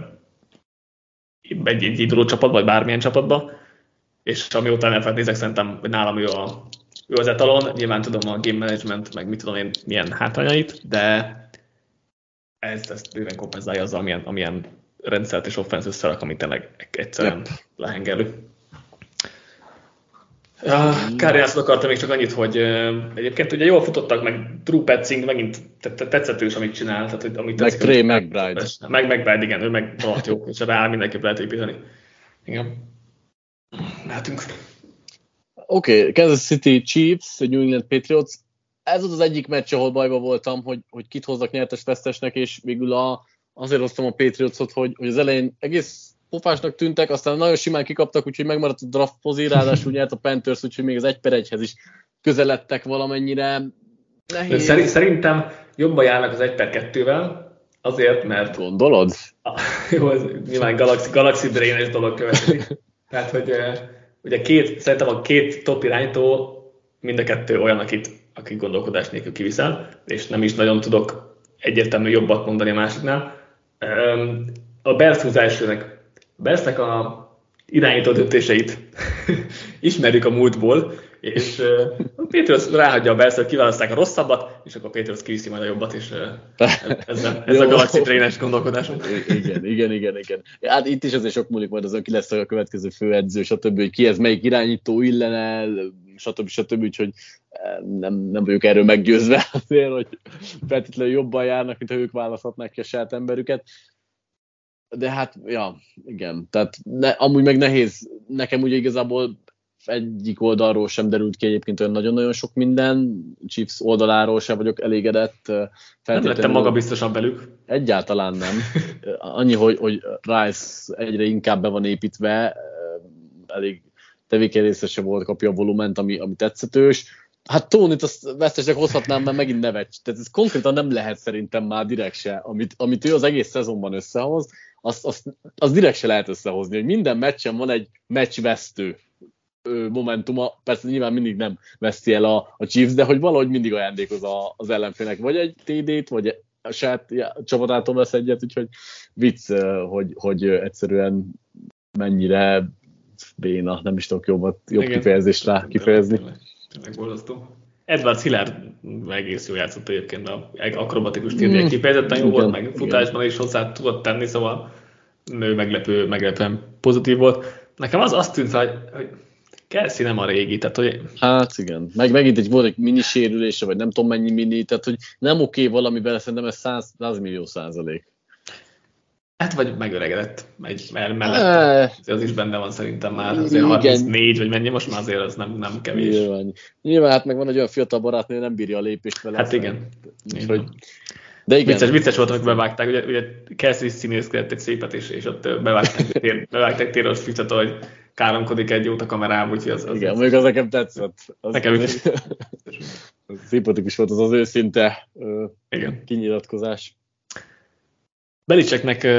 egy induló csapatba, vagy bármilyen csapatba, és amióta NFL-t nézek, szerintem, hogy nálam ő az etalon, nyilván tudom a game management, meg mit tudom én, milyen hátrányait, de ezt bőven kompenzálja azzal, amilyen rendszert és offense összerak, amit tényleg egyszerűen lehengelő. Cardinalsot akartam még csak annyit, hogy egyébként ugye jól futottak, meg Drew Petzing megint tetszett ő is, amit csinál. Tehát, hogy, amit meg Trey McBride. Meg McBride, igen, ő meg rohadt jó, és rá mindenképp lehet építeni. Igen. Mehetünk. Oké, Kansas City Chiefs, New England Patriots. Ez volt az egyik meccs, ahol bajba voltam, hogy kit hozzak nyertes-vesztesnek, és végül azért hoztam a Patriotsot, hogy az elején egész pofásnak tűntek, aztán nagyon simán kikaptak, úgyhogy megmaradt a draft pozíció, ráadásul nyert a Panthers, úgyhogy még az 1-1-hez is közeledtek valamennyire. Nehéz. Szerintem jobban járnak az 1-2-vel, azért, mert... Gondolod? Jó, ez nyilván Galaxy Brain-es dolog következik. Tehát, hogy ugye szerintem a két top irányító mind a kettő olyan, akit gondolkodás nélkül kiviszel, és nem is nagyon tudok egyértelmű jobbat mondani a másiknál. A Bears az elsőnek. Bearsnek a irányító döntéseit ismerjük a múltból, és Patriots ráhagyja a Bears-t, hogy kiválaszták a rosszabbat, és akkor Patriots kiviszi majd a jobbat, és ez a Galaxy trénes gondolkodásom. Igen. Hát itt is azért sok múlik majd azon, ki lesz a következő főedző, stb., hogy ki ez, melyik irányító illen el, stb. Úgyhogy nem vagyok erről meggyőzve azért, hogy feltétlenül jobban járnak, mint ha ők választhatnák ki a saját emberüket. De hát, ja, igen. Tehát amúgy meg nehéz, nekem ugye igazából egyik oldalról sem derült ki egyébként olyan nagyon-nagyon sok minden, Chiefs oldaláról sem vagyok elégedett. Nem lettem magabiztosabb velük. Egyáltalán nem. Annyi, hogy Rice egyre inkább be van építve, elég tevékenyrészre sem volt, kapja a volument, ami tetszetős. Hát Tónit azt vesztesnek hozhatnám, mert megint nevetsz. Tehát ez konkrétan nem lehet szerintem már direkt se, amit ő az egész szezonban összehoz, az direkt se lehet összehozni, hogy minden meccsen van egy meccsvesztő momentuma, persze nyilván mindig nem veszti el a Chiefs, de hogy valahogy mindig ajándékoz az ellenfélnek, vagy egy TD-t, vagy a saját csapatától vesz egyet, úgyhogy vicc, hogy egyszerűen mennyire béna, nem is tudok jobb kifejezést rá kifejezni. Tényleg borzasztó. Edwards Hillard egész jól játszott egyébként, akrobatikus TD kifejezetten jó volt, meg futásban is hozzá tudott tenni, szóval meglepően pozitív volt. Nekem azt tűnt, hogy Kelsey nem a régi, tehát hogy... Hát igen, megint volt egy mini sérülése, vagy nem tudom mennyi mini, tehát hogy nem oké valamiben, szerintem ez 100 millió %. Hát vagy megöregedett mellett. Az is benne van szerintem már, azért 34, vagy mennyi, most már azért az nem kevés. Nyilván hát meg van egy olyan fiatal barátnő, nem bírja a lépést vele. Hát igen. De igen. Vicces volt, amikor bevágták, ugye Kelsey színészkedett egy szépet, és ott bevágták Taylor Swiftet, hogy káromkodik egy jót a kamerában, úgyhogy az... Igen, még az nekem tetszett. Nekem is. Szimpatikus volt az őszinte kinyilatkozás. Belichicknek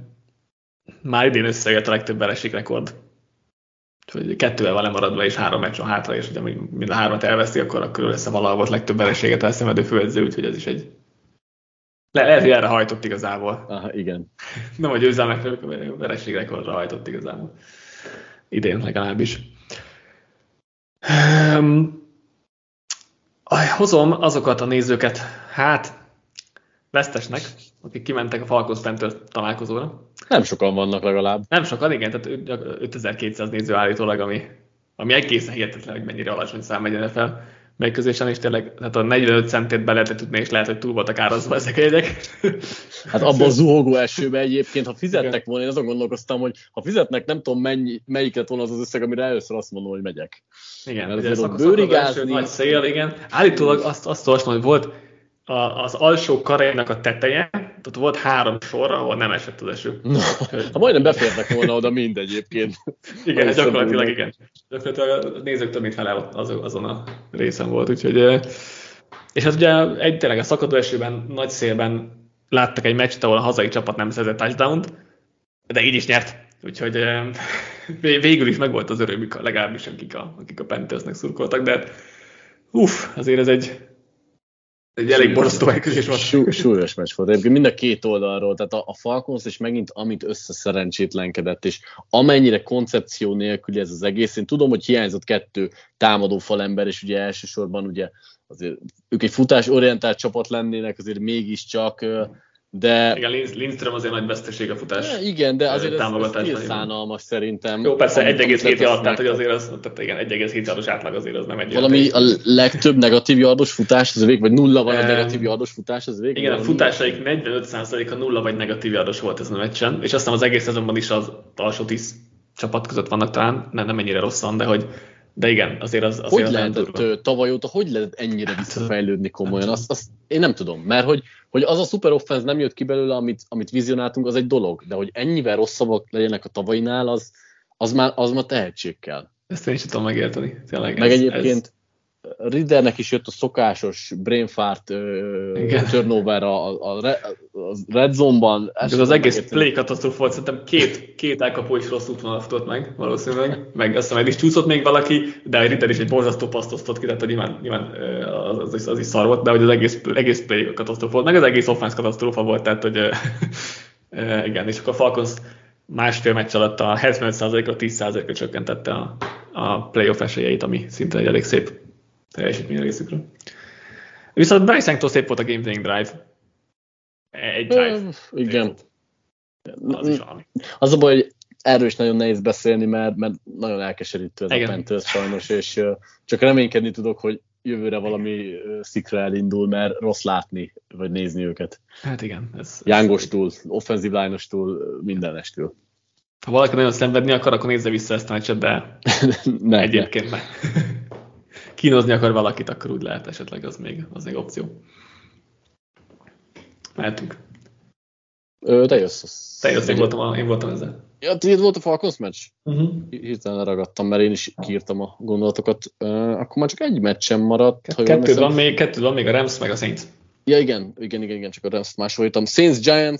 már idén összejött a legtöbb vereségrekord. Úgyhogy 2-vel van lemaradva, és 3 meccs van hátra, és ugye mind a 3-at elveszti, akkor körül lesz a valahol volt legtöbb vereséget elszenvedő főedző, úgyhogy ez is egy... Lehet, hogy erre hajtott igazából. Aha, igen. Nem a győzelmek, a vereségrekordra hajtott igazából. Idén legalábbis. Hozom azokat a nézőket, vesztesnek, akik kimentek a Falcons Panthers találkozóra. Nem sokan vannak legalább. Nem sokan, igen, tehát 5200 néző állítólag, ami egészen hihetetlen, hogy mennyire alacsony szám megy NFL megközésen, és tényleg hát a 45 centét be lehetett tudni, és lehet, hogy túl voltak árazva ezek a jegyek. Hát abban a zuhogó esőben egyébként, ha fizettek volna, én azon gondolkoztam, hogy ha fizetnek, nem tudom melyik lett volna az összeg, amire először azt mondom, hogy megyek. Igen, mert ez bőrigázni. Nagy szél, igen. Állítólag azt olvastam, hogy volt az alsó karénak a teteje, ott volt 3 sor, ahol nem esett az eső. No, ha majdnem beférnek volna oda mind egyébként. Igen, gyakorlatilag igen. Gyakorlatilag a nézők több mint fele azon a részen volt, úgyhogy... És hát ugye tényleg a szakadó esőben, nagy szélben láttak egy meccset, ahol a hazai csapat nem szerzett touchdownt, de így is nyert. Úgyhogy végül is megvolt az örömük, legalábbis akik a Panthersnek szurkoltak, de azért ez egy elég borzasztó elközés volt. Súlyos meccs volt. Egyébként mind a két oldalról, tehát a Falcons és megint amit összeszerencsétlenkedett, és amennyire koncepció nélkül ez az egész, én tudom, hogy hiányzott 2 támadó falember, és ugye elsősorban ugye azért ők egy futásorientált csapat lennének, azért mégiscsak, de... Igen, Lindström azért nagy veszteség a futás. Igen, de azért ez szánalmas szerintem. Jó, persze 1,7 yard, tehát hogy azért az, tehát igen, 1,7 yardos átlag azért az nem egy... Valami a legtöbb negatív yardos futás az végig, vagy 0 van a negatív yardos futás az végig? Igen, a futásaik 45%-a 0 vagy negatív yardos volt ezen a meccsen, és aztán az egész szezonban is az alsó 10 csapat között vannak talán, nem ennyire rosszan, de igen, azért az... Hogy lehetett tavaly óta, hogy lehet ennyire visszafejlődni komolyan? Azt én nem tudom, mert hogy az a szuper offense nem jött ki belőle, amit vizionáltunk, az egy dolog, de hogy ennyivel rosszabbak legyenek a tavainál, az már tehetség kell. Ezt én is tudom megérteni. Tényleg meg egyébként Riddernek is jött a szokásos brainfart turnover a red zone-ban. Ez az egész play katasztrófa volt, szerintem két elkapó is rossz útvonalat futott meg, valószínűleg, meg aztán meg is csúszott még valaki, de a Ridder is egy borzasztó paszt osztott ki, tehát hogy nyilván az is szar volt, de hogy az egész play katasztrófa volt, meg az egész offense katasztrófa volt, tehát hogy igen, és akkor a Falcons másfél meccs alatt a 75%-ra 10%-ra csökkentette a playoff esélyeit, ami szinte egy elég szép teljesítmény részükről. Viszont Bryce Youngtól szép volt a game winning drive. Egy drive. Igen. Az is valami. Az a baj, hogy erről is nagyon nehéz beszélni, mert nagyon elkeserítő ez a Panthers sajnos, és csak reménykedni tudok, hogy jövőre valami szikra elindul, mert rossz látni, vagy nézni őket. Hát igen. Youngostól, offensive line-ostól, mindenestől. Ha valaki nagyon szenvedni akar, akkor nézze vissza ezt a meccset, de egyébként meg. Kínozni akar valakit, akkor úgy lehet esetleg, az még opció. Mehetünk. Te jössz. Én voltam ezzel. Ja, tiéd volt a Falcons meccs? Hirtelen leragadtam, mert én is kiírtam a gondolatokat. Akkor már csak egy meccsen maradt. Kettő van még a Rams meg a Saints. Ja, igen, csak a Rams-t másoltam. Saints, Giants,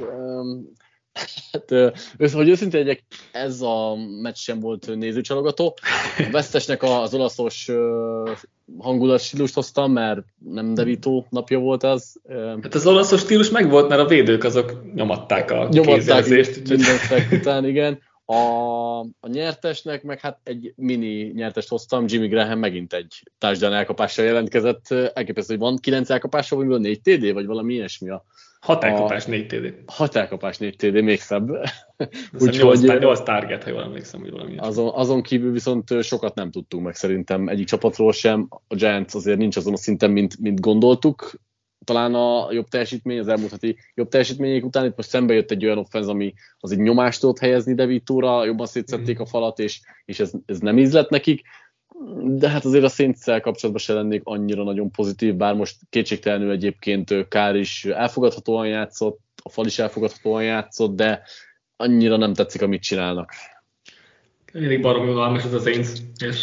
hát, hogy őszintén legyek, ez a meccs sem volt nézőcsalogató. A vesztesnek az olaszos hangulatstílust hoztam, mert nem DeVito napja volt az. Hát az olaszos stílus megvolt, mert a védők azok nyomatták a kézjelzést. Minden után, igen. A nyertesnek meg hát egy mini nyertest hoztam, Jimmy Graham megint egy touchdown elkapással jelentkezett. Elképesztő, hogy van 9 elkapása, vagy 4 TD, vagy valami ilyesmi 6 elkapás, 4 TD. 6 elkapás, 4 TD, még szebb. Úgyhogy 8 target, ha jól emlékszem, hogy valami azon kívül viszont sokat nem tudtunk meg szerintem egyik csapatról sem. A Giants azért nincs azon a szinten, mint gondoltuk. Talán a jobb teljesítmény, az elmúlt heti jobb teljesítmények után itt most szembe jött egy olyan offense, ami az egy nyomást tudott helyezni DeVito-ra, jobban szétszették a falat, és ez nem ízlett nekik. De hát azért a Saints-szel kapcsolatban se lennék annyira nagyon pozitív, bár most kétségtelenül egyébként Kár is elfogadhatóan játszott, a fal is elfogadhatóan játszott, de annyira nem tetszik, amit csinálnak. Elég baromi unalmas ez a Saints, és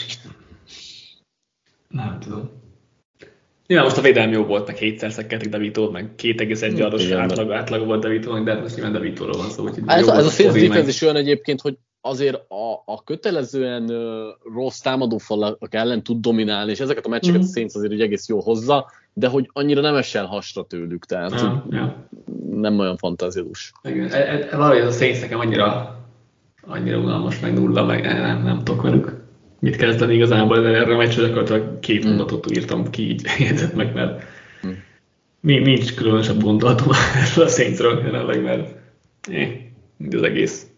nem tudom. Nyilván most a védelmi jó volt, meg 7-szer szekkelték DeVito-t, meg 2,1 yardos átlag volt DeVito-nak, de hát most nyilván DeVito-ról van szó. Ez a Saints defense is olyan egyébként, hogy azért a kötelezően rossz támadófalak ellen tud dominálni, és ezeket a meccseket a Saints azért úgy egész jól hozza, de hogy annyira nem esel hasra tőlük, tehát nem olyan fantáziadús. Valahogy ez a Saints nekem annyira unalmas, meg nulla, meg nem tudok velük mit kezdeni igazából, de erre a meccsre gyakorlatilag 2 mondatot írtam ki, így jegyzett meg, mert nincs különösebb gondolatom erről a Saintsről jelenleg, mert az egész.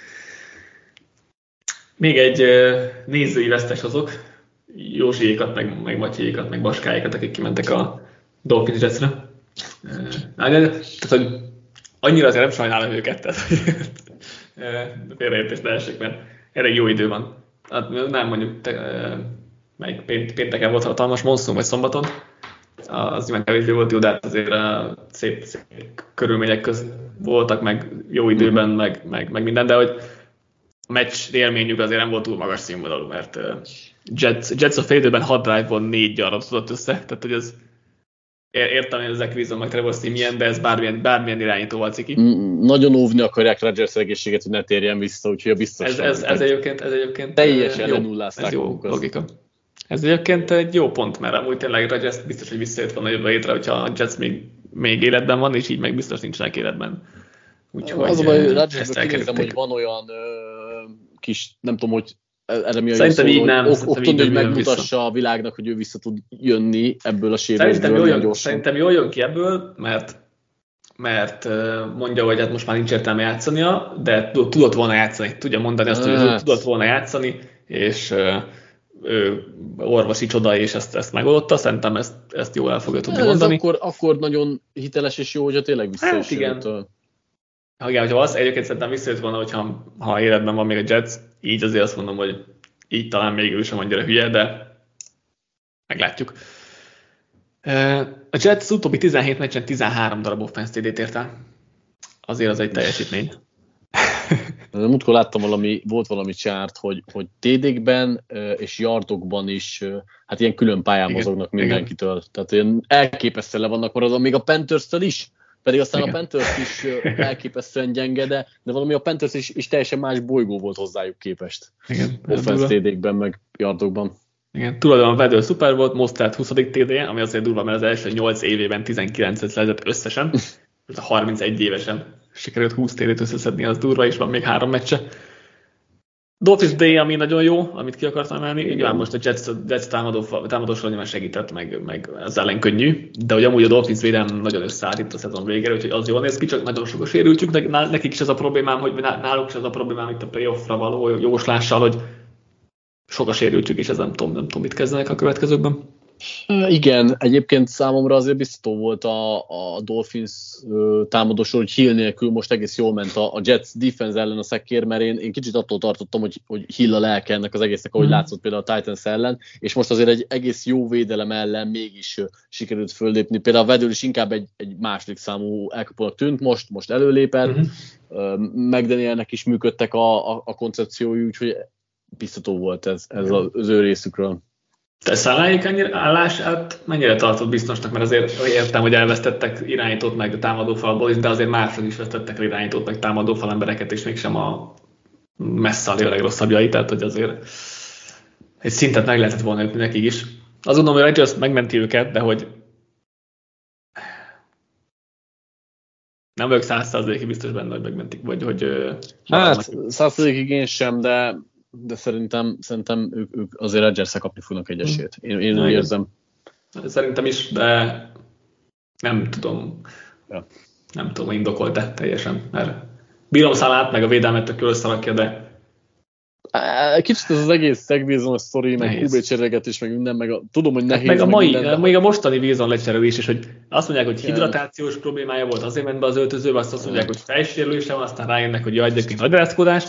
Még egy nézői vesztes hozok, Józsiékat, meg Matyékat, meg Baskáékat, akik kimentek a Dolphins Jetsre. Tehát, hogy annyira azért nem sajnálom őket, tehát félreértés ne essék, mert elég jó idő van. Hát nem mondjuk, melyik pénteken volt hatalmas monszum, vagy szombaton, az nyilván kevésbé volt jó, de hát azért szép körülmények között voltak, meg jó időben, meg minden, de hogy a meccs élményük azért nem volt túl magas színvonalú, mert Jets a fél időben 6 drive-ból 4 yardot tudott össze, tehát hogy ez értem, hogy ezek Wilson meg Trevor Siemian, de ez bármilyen irányítóval ciki. Nagyon óvni akarják Rodgers egészséget, hogy ne térjen vissza, úgyhogy biztos. Ez egyébként teljesen lenullázták ez jó logika. Ez egyébként egy jó pont, mert amúgy tényleg Rodgers biztos, hogy visszajött volna jövő hétre, hogyha a Jets még életben van, és így meg biztos nincsenek életben. Úgyhogy az a baj, Rodgersből kinézem, hogy van olyan kis, nem tudom, hogy erre mi a jó szó, hogy megmutassa a világnak, hogy ő vissza tud jönni ebből a sérülésből. Szerintem jól jön ki ebből, mert mondja, hogy hát most már nincs értelme játszania, de tudott volna játszani. Tudja mondani azt, hogy tudott volna játszani, és ő orvosi csoda, és ezt megoldotta. Szerintem ezt jól el fogja tudni mondani. Akkor nagyon hiteles és jó, hogyha tényleg vissza is igen. Hogyha az egyébként szerintem visszajött volna, ha életben van még a Jets, így azért azt mondom, hogy így talán még ő sem annyira hülye, de meglátjuk. A Jets az utóbbi 17 meccsen 13 darab offense TD-t ért el. Azért az egy teljesítmény. Múltkor láttam volt valami csárt, hogy TD-kben és yardokban is hát ilyen külön pályán mozognak mindenkitől. Tehát ilyen elképesztően le vannak maradva, még a Panthers-től is, pedig aztán a Panthers is elképesztően gyenge, de valami a Panthers is teljesen más bolygó volt hozzájuk képest. Offense TD-kben, meg yardokban. Igen, tulajdonképpen vedő szuper volt, Mostert 20. TD-je, ami azért durva, mert az első 8 évében 19-et szerzett összesen, ez a 31 évesen sikerült 20 TD-t összeszedni, az durva, és van még 3 meccse. Dolphins Day, ami nagyon jó, amit ki akartam emelni, igen, most a Jets támadósor nyilván segített, meg az ellen könnyű, de hogy amúgy a Dolphins védelem nagyon összeállt itt a szezon végére, úgyhogy az jól néz ki, csak nagyon sok a sérültjük, de nekik is ez a problémám, hogy náluk is ez a problémám itt a playoffra való jóslással, hogy sok a sérültjük, és ez nem tudom, mit kezdenek a következőkben. Igen, egyébként számomra azért biztató volt a Dolphins támadósor, hogy Hill nélkül most egész jól ment a Jets defense ellen a szekér, mert én kicsit attól tartottam, hogy Hill a lelke ennek az egésznek, ahogy látszott például a Titans ellen, és most azért egy egész jó védelem ellen mégis sikerült föllépni. Például a Vedül is inkább egy második számú elkapónak tűnt, most előlépett, McDanielnek is működtek a koncepciói, úgyhogy biztató volt ez az ő részükről. Te Szaláék állását mennyire tartott biztosnak, mert azért értem, hogy elvesztettek irányítót meg támadófalból is, de azért mások is vesztettek irányítót meg támadófal embereket, és mégsem a messze a legrosszabbjai, tehát hogy azért egy szintet meg lehetett volna ütni nekik is. Azt gondolom, hogy a Rodgers megmenti őket, de hogy nem vagyok 100%-ig biztos benne, hogy megmentik, vagy hogy... Hát 100%-ig én sem, de szerintem ők azért Rodgers-szel kapni fognak egy esélyt. Én úgy érzem. Szerintem is, de nem tudom. Ja. Nem tudom, indokolt-e teljesen. Mert bírom Szalát, meg a védelmet tök összerakja, de... Kicsit ez az egész Wilson sztori, meg QB cserélgetés, meg minden, tudom, hogy nehéz. Meg még a mostani Wilson lecserélés is, hogy azt mondják, hogy hidratációs problémája volt, azért ment be az öltözőbe, azt mondják, hogy fejsérülése van, aztán rájönnek, hogy jaj, egyébként nagy rázkodás.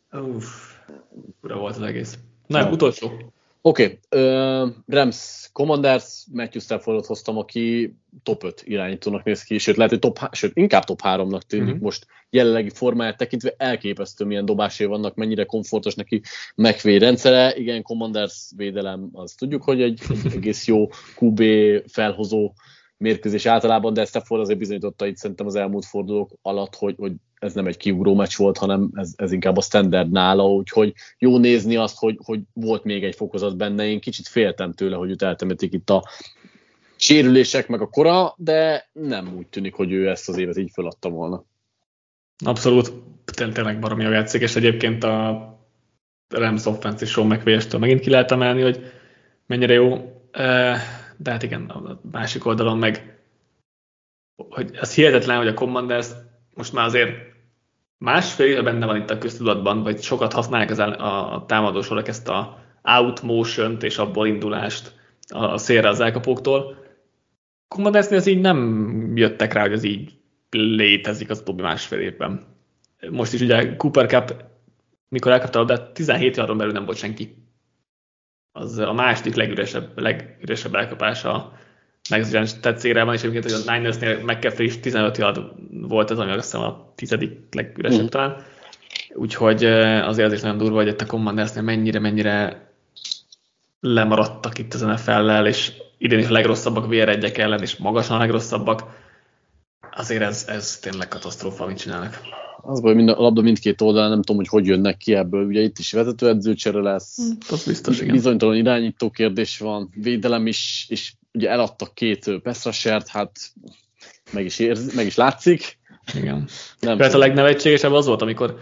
Ura volt az egész. Nem, utolsó. Oké. Rams Commanders, Matthew Staffordot hoztam, aki top 5 irányítónak néz ki, sőt, lehet, hogy inkább top 3-nak tűnik most jelenlegi formáját tekintve, elképesztő milyen dobásai vannak, mennyire komfortos neki McVay rendszere. Igen, Commanders védelem, azt tudjuk, hogy egy egész jó QB felhozó mérkőzés általában, de Stafford azért bizonyította itt szerintem az elmúlt fordulók alatt, hogy ez nem egy kiugró meccs volt, hanem ez inkább a standard nála, úgyhogy jó nézni azt, hogy volt még egy fokozat benne. Én kicsit féltem tőle, hogy őt eltemetik itt a sérülések meg a kora, de nem úgy tűnik, hogy ő ezt az évet így feladta volna. Abszolút, tényleg baromi jól játszik, és egyébként a Rams offense és Sean McVay-estől megint ki lehet emelni, hogy mennyire jó. De hát igen, a másik oldalon meg, hogy az hihetetlen, hogy a Commanders most már azért másfél éve benne van itt a köztudatban, vagy sokat használják a támadósorok ezt a out motion-t és abból indulást a szélre az elkapóktól. Commandersnél ez így nem jöttek rá, hogy ez így létezik az utóbbi másfél évben. Most is ugye Cooper Cup, mikor elkapta a labdát, 17 yardon belül nem volt senki. Az a második legüresebb elkapása a Next Gen tetszérában, és egyébként, hogy a Ninersnél McCaffrey is 15 yard volt az, ami azt hiszem a 10. legüresebb talán. Úgyhogy azért az is nagyon durva, hogy itt a Commandersnél mennyire lemaradtak itt az NFL-lel, és idén is a legrosszabbak VR1-ek ellen, és magasan a legrosszabbak. Azért ez tényleg katasztrófa, amit csinálnak. Az baj, a labda mindkét oldalán, nem tudom, hogy jönnek ki ebből. Ugye itt is vezetőedzőcsere lesz. Az biztos, igen. Bizonytalan irányító kérdés van, védelem is, és ugye eladtak 2 pass rushert, hát meg is látszik. Igen. Tehát a legnevetségesebb az volt, amikor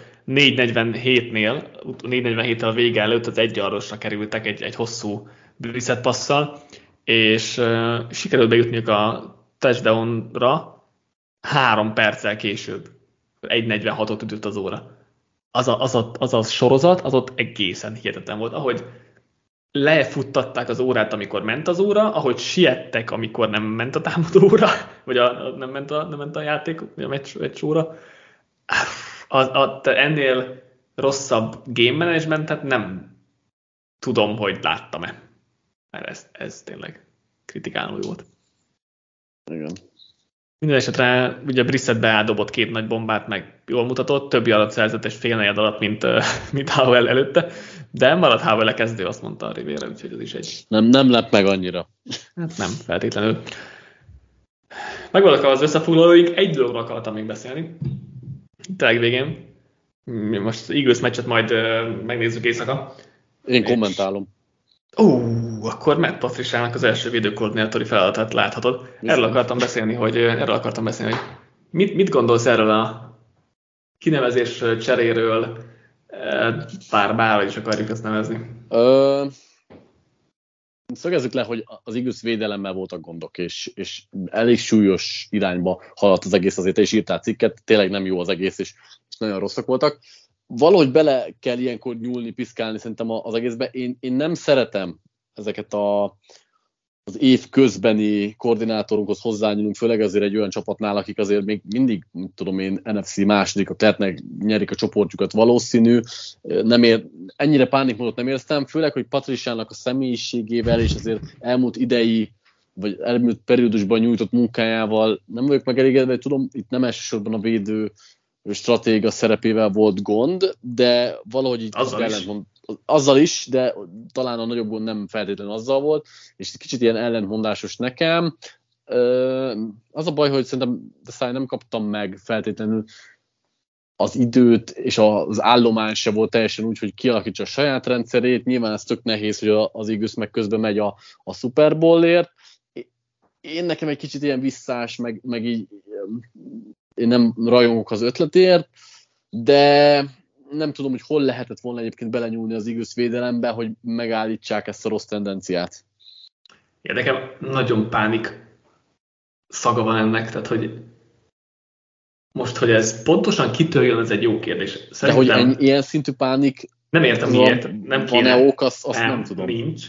4:47-tel a vége előtt az 1 yardosra kerültek egy hosszú reset passzal, és sikerült bejutniuk a touchdownra 3 perccel később. 1:46-ot ütött az óra. Az a sorozat, az ott egészen hihetetlen volt. Ahogy lefuttatták az órát, amikor ment az óra, ahogy siettek, amikor nem ment a támadó óra, vagy nem ment a játék, a meccs óra. Ennél rosszabb game managementet nem tudom, hogy láttam-e. Mert ez tényleg kritikáló volt. Igen. Minden esetre ugye Brissett beáldobott 2 nagy bombát, meg jól mutatott, többi alatt szerzett és fél negyed alatt, mint Howell előtte, de maradt Howell kezdő, azt mondta a Rivera, úgyhogy ez is egy... Nem lep meg annyira. Hát nem, feltétlenül. Megvannak az összefoglalóink, egy dologról akartam még beszélni. Tényleg végén. Most Eagles meccset majd megnézzük éjszaka. Én kommentálom. Akkor Matt Patriciának az első védőkoordinátori feladatát láthatod. Erről akartam beszélni, hogy mit gondolsz erről a kinevezés cseréről, bárhogy is akarjuk ezt nevezni. Szögezzük le, hogy az Eagles védelemmel voltak gondok, és elég súlyos irányba haladt az egész, azért te is írtál cikket, tényleg nem jó az egész, és nagyon rosszak voltak. Valahogy bele kell ilyenkor nyúlni, piszkálni szerintem az egészbe. Én nem szeretem ezeket az év közbeni koordinátorunkhoz hozzányúlunk, főleg azért egy olyan csapatnál, akik azért még mindig, tudom én, NFC másodikak lehetnek, nyerik a csoportjukat, valószínű. Ennyire pánikmódot nem érztem, főleg, hogy Patriciának a személyiségével és azért elmúlt idei, vagy elmúlt periódusban nyújtott munkájával nem vagyok megelégedve, tudom, itt nem elsősorban a védő stratégia szerepével volt gond, de valahogy így azzal is, de talán a nagyobb gond nem feltétlenül azzal volt, és kicsit ilyen ellentmondásos nekem. Az a baj, hogy szerintem nem kaptam meg feltétlenül az időt, és az állomány se volt teljesen úgy, hogy kialakítsa a saját rendszerét. Nyilván ez tök nehéz, hogy az Eagles meg közben megy a Super Bowl-ért. Én nekem egy kicsit ilyen visszás, meg így én nem rajongok az ötletért, de nem tudom, hogy hol lehetett volna egyébként belenyúlni az Eagles védelembe, hogy megállítsák ezt a rossz tendenciát. Ja, nekem nagyon pánik szaga van ennek, tehát hogy most, hogy ez pontosan kitől jön, ez egy jó kérdés. Szerintem, de hogy ilyen szintű pánik nem értem miért, nem kéne. Van-e ok, azt nem tudom. Nincs.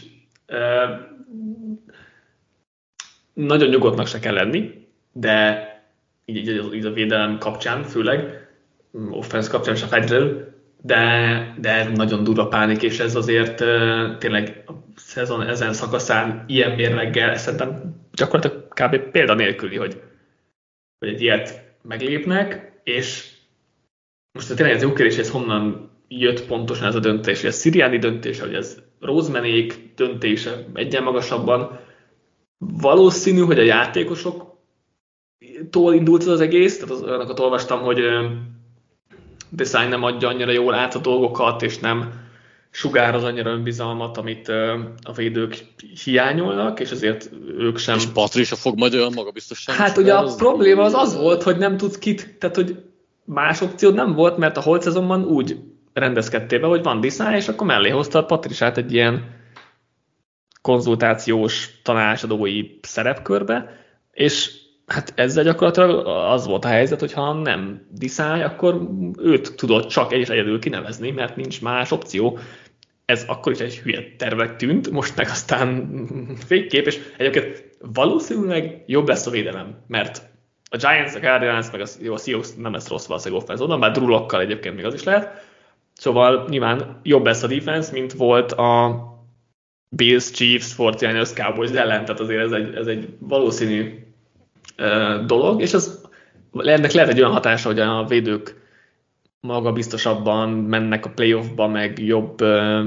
Nagyon nyugodtnak se kell lenni, de így a védelem kapcsán főleg, offense kapcsán sem feltétlenül, de nagyon durva pánik, és ez azért tényleg a szezon ezen szakaszán ilyen mérleggel szerintem gyakorlatilag kb. Példa nélküli, hogy egy ilyet meglépnek, és most tényleg ez jó kérdés, hogy ez honnan jött pontosan ez a döntés, hogy ez Sirianni döntése, hogy ez Rosemanék döntése egyen magasabban. Valószínű, hogy a játékosoktól indult az egész, tehát olyanokat olvastam, hogy Desai nem adja annyira jól át a dolgokat, és nem sugároz annyira önbizalmat, amit a védők hiányolnak, és azért ők sem... És Patricia fog majd olyan magabiztosan. Hát ugye a probléma az volt, hogy nem tudsz tehát hogy más opciód nem volt, mert a holt szezonban úgy rendezkedtél be, hogy van Desai, és akkor mellé hoztad Patriciát egy ilyen konzultációs tanácsadói szerepkörbe, és hát ezzel gyakorlatilag az volt a helyzet, hogy ha nem Desai, akkor őt tudod csak egyedül kinevezni, mert nincs más opció. Ez akkor is egy hülye tervek tűnt, most meg aztán végképp, és egyébként valószínűleg jobb lesz a védelem, mert a Giants, a Cardinals, meg a Seahawks nem lesz rossz valószínűleg offense oldalon, bár Drew Lockkal egyébként még az is lehet. Szóval nyilván jobb lesz a defense, mint volt a Bills, Chiefs, 49ers, Cowboys ellen, tehát azért ez egy valószínű dolog, és ennek lehet egy olyan hatása, hogy a védők magabiztosabban mennek a playoffba, meg jobb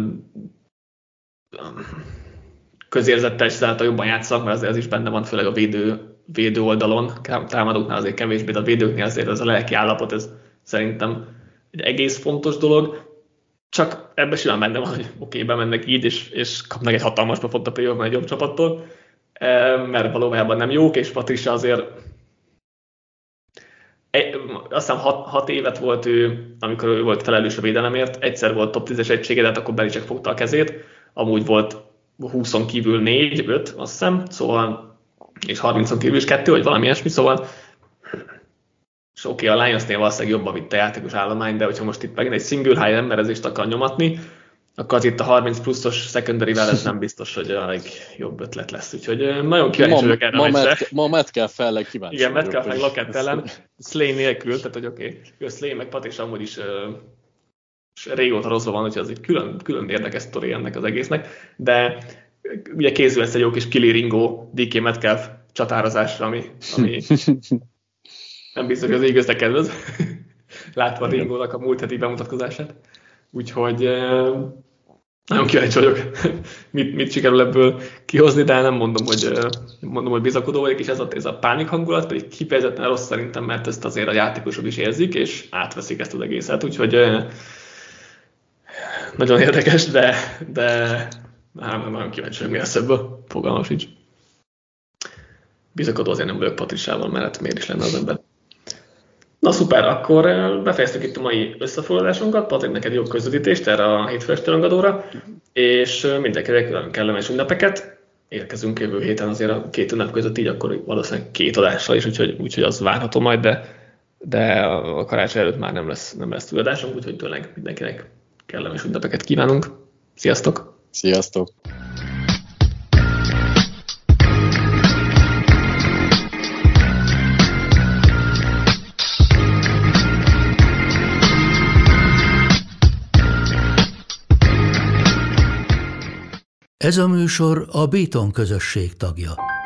közérzettel, és ezáltal jobban játszanak, mert ez is benne van, főleg a védő oldalon, támadóknál azért kevésbé, de a védőknél azért ez a lelki állapot, ez szerintem egy egész fontos dolog. Csak ebben simán benne van, hogy oké, bemennek így, és kapnak egy hatalmas pofont a playoffban egy jobb csapattól, mert valójában nem jók, és Patricia azért azt hiszem 6 évet volt ő, amikor ő volt felelős a védelemért, egyszer volt top 10-es egysége, de hát akkor Belichick fogta a kezét, amúgy volt 20-on kívül 4, 5, azt hiszem, szóval, és 30-on kívül is 2, vagy valami ilyesmi, szóval és oké, a Lionsnél valószínűleg jobban vitt a játékos állomány, de hogyha most itt megint egy single high emberezést akar nyomatni, akkor az itt a 30 pluszos secondary-vel ez nem biztos, hogy a legjobb ötlet lesz. Úgyhogy nagyon kíváncsi vagyok erre a meccsre. Ma Metcalf-ellen kíváncsi. Igen, Metcalf Lockett ellen, Slay nélkül, tehát hogy oké. Slay meg Patricia amúgy is régóta rosszban van, úgyhogy az egy külön érdekes sztori ennek az egésznek. De ugye készül lesz egy jó kis Kili Ringo, DK Metcalf csatározásra, ami Nem biztos, hogy az Eaglesnek kedvez, látva a Ringónak a múlt heti bemutatkozását. Úgyhogy nagyon kíváncsi vagyok, mit sikerül ebből kihozni, de nem mondom, hogy bizakodó vagyok, és ez a pánik hangulat pedig kifejezetten rossz szerintem, mert ezt azért a játékosok is érzik, és átveszik ezt az egészet, úgyhogy nagyon érdekes, de nagyon kíváncsi vagyok, mi lesz ebből, fogalmam sincs. Bizakodó azért nem vagyok Patriciával, mert hát miért is lenne az ember. Na szuper, akkor befejeztük itt a mai összefoglalásunkat. Patrik, neked jó közvetítést erre a hétfői rangadóra, és mindenkinek nagyon kellemes ünnepeket. Érkezünk jövő héten azért a 2 ünnep között, így akkor valószínűleg 2 adással is, úgyhogy az várható majd, de a karácsony előtt már nem lesz túladásunk, úgyhogy tényleg mindenkinek kellemes ünnepeket kívánunk. Sziasztok! Sziasztok! Ez a műsor a Béton közösség tagja.